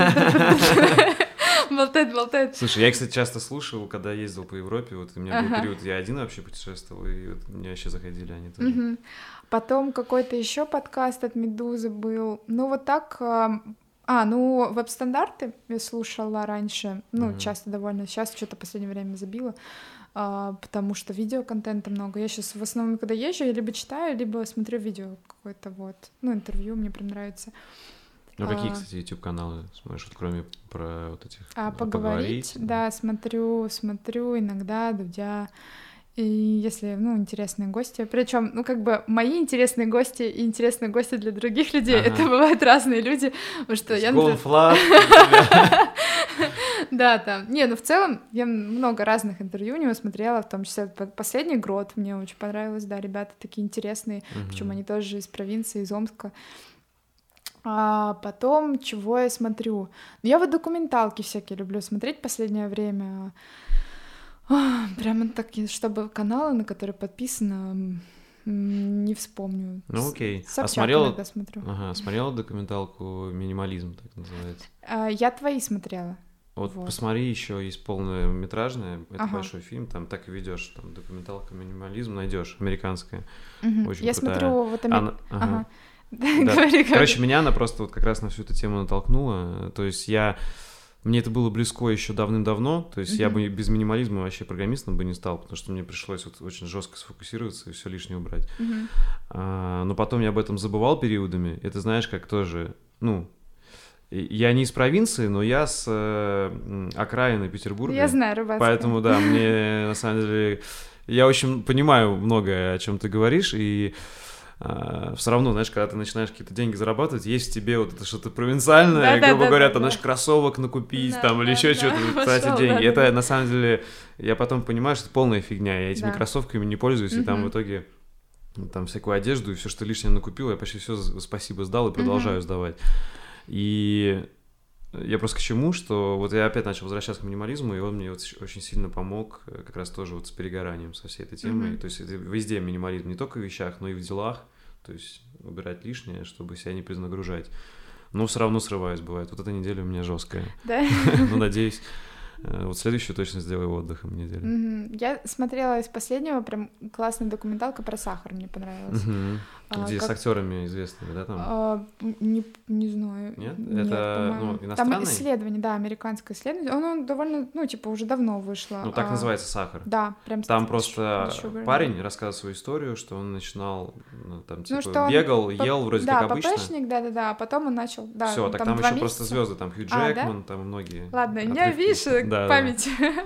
Болтает, болтает. Слушай, я, кстати, часто слушал, когда ездил по Европе, вот у меня был период, я один вообще путешествовал, и вот мне вообще заходили они тоже. Потом какой-то еще подкаст от «Медузы» был. Ну, вот так... А, ну, веб-стандарты я слушала раньше, ну, mm-hmm. часто довольно. Сейчас что-то в последнее время забила, а, потому что видеоконтента много. Я сейчас в основном, когда езжу, я либо читаю, либо смотрю видео какое-то вот. Ну, интервью мне прям нравится. Ну, какие, а, кстати, YouTube-каналы смотришь, вот, кроме про вот этих... А, поговорить, поговорить, да, смотрю, смотрю иногда, Дудя... И если, ну, интересные гости, причем, ну, как бы мои интересные гости и интересные гости для других людей, ага. это бывают разные люди, потому что я... Golden Flat. Да, там, не, ну, в целом, я много разных интервью у него смотрела, в том числе последний год, мне очень понравилось, да, ребята такие интересные, причем они тоже из провинции, из Омска. А потом, чего я смотрю? Я вот документалки всякие люблю смотреть в последнее время. Прямо так, чтобы каналы, на которые подписано, не вспомню. Ну окей. Собчак а смотрела... иногда смотрю. Ага, смотрела документалку «Минимализм», так называется? А, я твои смотрела. Вот, вот. Посмотри, еще есть полнометражная, это ага. большой фильм, там так и ведешь, там документалка «Минимализм» найдешь, американская, угу. очень я крутая. смотрю вот Амер... она... ага. ага. Да. Говори, Короче, меня она просто вот как раз на всю эту тему натолкнула, то есть я... Мне это было близко еще давным-давно, то есть mm-hmm. я бы без минимализма вообще программистом бы не стал, потому что мне пришлось вот очень жестко сфокусироваться и все лишнее убрать. Mm-hmm. А, но потом я об этом забывал периодами, это знаешь, как тоже, ну, Я не из провинции, но я с э, окраины Петербурга. Я знаю, Рыбацкая. Поэтому, да, мне на самом деле... Я очень понимаю многое, о чем ты говоришь, и э, все равно, знаешь, когда ты начинаешь какие-то деньги зарабатывать, есть в тебе вот это что-то провинциальное, да, грубо да, говоря, да, там, да. знаешь, кроссовок накупить, Да, там, или да, еще да. что-то, тратить Пошёл, деньги. да, Это, да. на самом деле, я потом понимаю, что это полная фигня, я этими Да. кроссовками не пользуюсь, и там Мгм. в итоге... Там всякую одежду и все, что лишнее накупил, я почти все спасибо сдал и продолжаю Мгм. сдавать. И я просто к чему, что вот я опять начал возвращаться к минимализму, и он мне вот очень сильно помог э, как раз тоже вот с перегоранием со всей этой темой. Мгм. То есть это везде минимализм, не только в вещах, но и в делах. То есть убирать лишнее, чтобы себя не перенагружать. Но все равно срываюсь, бывает. Вот эта неделя у меня жесткая. Да? Ну, надеюсь, э, вот следующую точно сделаю отдыхом неделю. Мгм. Я смотрела из последнего прям классная документалка про сахар, мне понравилась. Мгм. А, Где с как- актерами известными, да, там? А, не, не знаю. Нет? Это, по-моему. ну, Там иностранный? исследование, да, американское исследование. Оно довольно, ну, типа, уже давно вышло. Ну, так А, называется «Сахар». Да, прям Там с- просто с sugar, парень да. рассказывает свою историю, что он начинал, ну, там, Ну, типа, что он бегал, по- ел вроде да, как обычно. ППшник, да-да-да, а потом он начал, да, Все, так там, два еще просто месяца. звезды, там Хью А, да? Джекман, там многие. Ладно, у меня, отрывки. видишь, Да, да, да. память.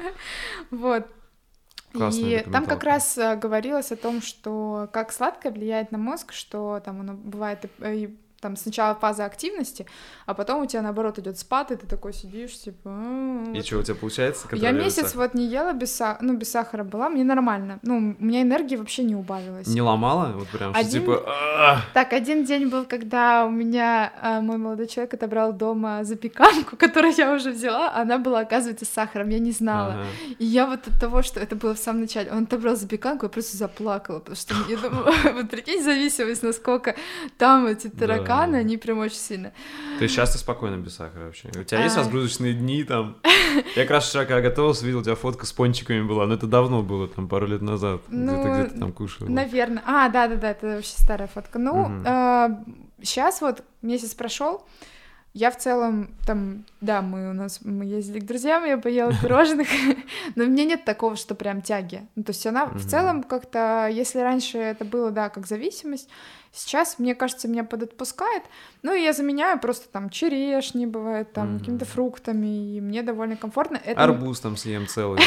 Вот. Классная И там как документалка. раз э, говорилось о том, что как сладкое влияет на мозг, что там оно бывает и, и там сначала фаза активности, а потом у тебя наоборот идет спад, и ты такой сидишь, типа... «А, И вот». что, у тебя получается Я контролировать месяц сахар? вот не ела без сахара, ну, без сахара была, мне нормально. Ну, у меня энергии вообще не убавилось. Не ломала? Вот прям, что Один- типа... «А-а-а». Так, один день был, когда у меня а, мой молодой человек отобрал дома запеканку, которую я уже взяла, а она была, оказывается, с сахаром, я не знала. Ага. И я вот от того, что это было в самом начале, он отобрал запеканку, я просто заплакала, потому что я думаю, вот прикинь, зависимость, насколько там эти тараканы, Да. они прям очень сильно. То есть сейчас ты спокойно без сахара вообще? У тебя есть А. разгрузочные дни там? Я как раз вчера, когда готовился, видел, у тебя фотка с пончиками была, но это давно было, там, пару лет назад. Ну, Где-то где-то там кушала. Наверное. А, да-да-да, это вообще старая фотка. Ну, Мгм. сейчас вот месяц прошел. Я в целом, там, да, мы у нас, мы ездили к друзьям, я поела пирожных, но у меня нет такого, что прям тяги. Ну, то есть она в Мгм. целом как-то, если раньше это было, да, как зависимость, сейчас, мне кажется, меня подотпускает, ну, и я заменяю просто там черешни, бывает, там, Мгм. какими-то фруктами, и мне довольно комфортно. Это не- Арбуз там съем целый.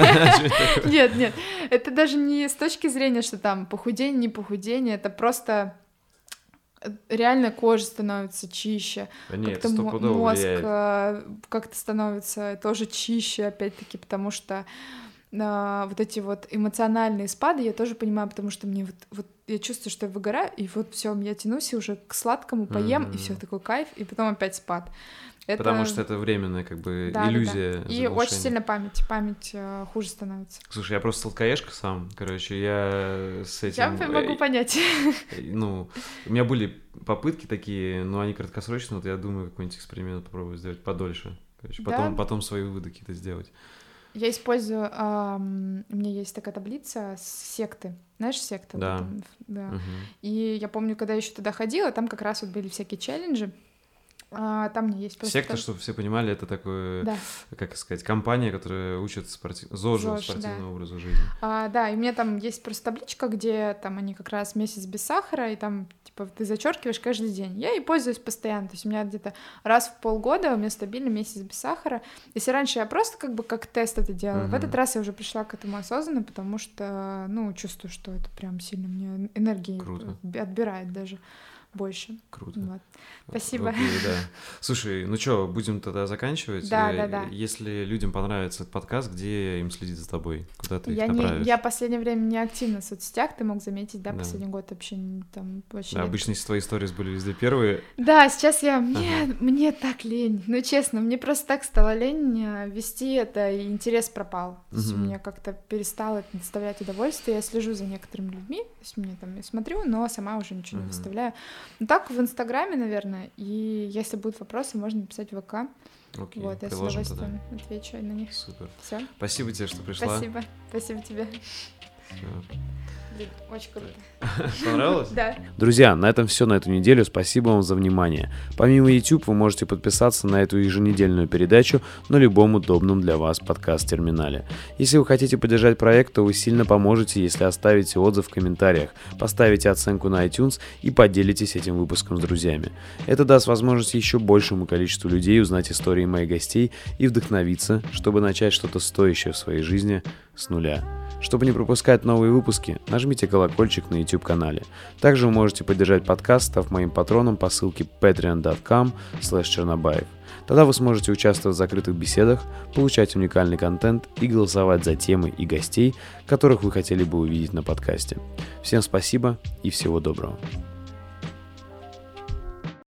Нет, нет, это даже не с точки зрения, что там похудение, не похудение, это просто э, реально кожа становится чище, Да нет, как-то это мо- стопудово мозг влияет. э, как-то становится тоже чище, опять-таки, потому что а, вот эти вот эмоциональные спады я тоже понимаю, потому что мне вот, вот я чувствую, что я выгораю, и вот все, я тянусь и уже к сладкому поем, Мгм. и все такой кайф, и потом опять спад. Это... Потому что это временная как бы Да, да, да. иллюзия. И заглушения. очень сильно память, память э, хуже становится. Слушай, я просто сладкоежка сам, короче, я с этим... Я могу э, понять. э, Ну, у меня были попытки такие, но они краткосрочные, вот я думаю, какой-нибудь эксперимент попробовать сделать подольше. Короче, Да? потом, потом свои выводы какие-то сделать. Я использую, ам, у меня есть такая таблица с секты, знаешь, секта? вот Да. там, да. Мгм. И я помню, когда я еще туда ходила, там как раз вот были всякие челленджи, а, там мне есть просто... Секта, чтобы все понимали, это такое, Да. как сказать, компания, которая учит спортив... ЗОЖу, ЗОЖ, спортивному да. образу жизни. А, да, и у меня там есть просто табличка, где там они как раз месяц без сахара, и там типа ты зачеркиваешь каждый день. Я ей пользуюсь постоянно, то есть у меня где-то раз в полгода у меня стабильно месяц без сахара. Если раньше я просто как бы как тест это делала, Мгм. в этот раз я уже пришла к этому осознанно, потому что, ну, чувствую, что это прям сильно мне энергии Круто. отбирает даже больше. Круто. Вот. Спасибо. Окей, да. Слушай, ну что, будем тогда заканчивать? Да, Э, да, да. Если людям понравится этот подкаст, где им следить за тобой? Куда ты Я, их не, направишь? я в последнее время не активна в соцсетях, ты мог заметить, да, Да. последний год вообще не- там вообще... Да, редко. обычно, если твои истории были везде первые, Да, сейчас я... Мне, мне так лень. Ну, честно, мне просто так стало лень э, вести это, и интерес пропал. То есть Мгм. мне как-то перестало это доставлять удовольствие. Я слежу за некоторыми людьми, то есть мне там я смотрю, но сама уже ничего не Мгм. выставляю. Ну, так, в Инстаграме, наверное, и если будут вопросы, можно написать в ВК. окей, Вот, я с приложим удовольствием тогда. отвечу на них. Супер. Все. Спасибо тебе, что пришла. Спасибо. Спасибо тебе. Очень круто. Понравилось? Да. Друзья, на этом все на эту неделю. Спасибо вам за внимание. Помимо YouTube, вы можете подписаться на эту еженедельную передачу на любом удобном для вас подкаст-терминале. Если вы хотите поддержать проект, то вы сильно поможете, если оставите отзыв в комментариях, поставите оценку на iTunes и поделитесь этим выпуском с друзьями. Это даст возможность еще большему количеству людей узнать истории моих гостей и вдохновиться, чтобы начать что-то стоящее в своей жизни с нуля. Чтобы не пропускать новые выпуски, нажмите колокольчик на YouTube-канале. Также вы можете поддержать подкаст, став моим патроном по ссылке patreon dot com slash чернобаев. Тогда вы сможете участвовать в закрытых беседах, получать уникальный контент и голосовать за темы и гостей, которых вы хотели бы увидеть на подкасте. Всем спасибо и всего доброго.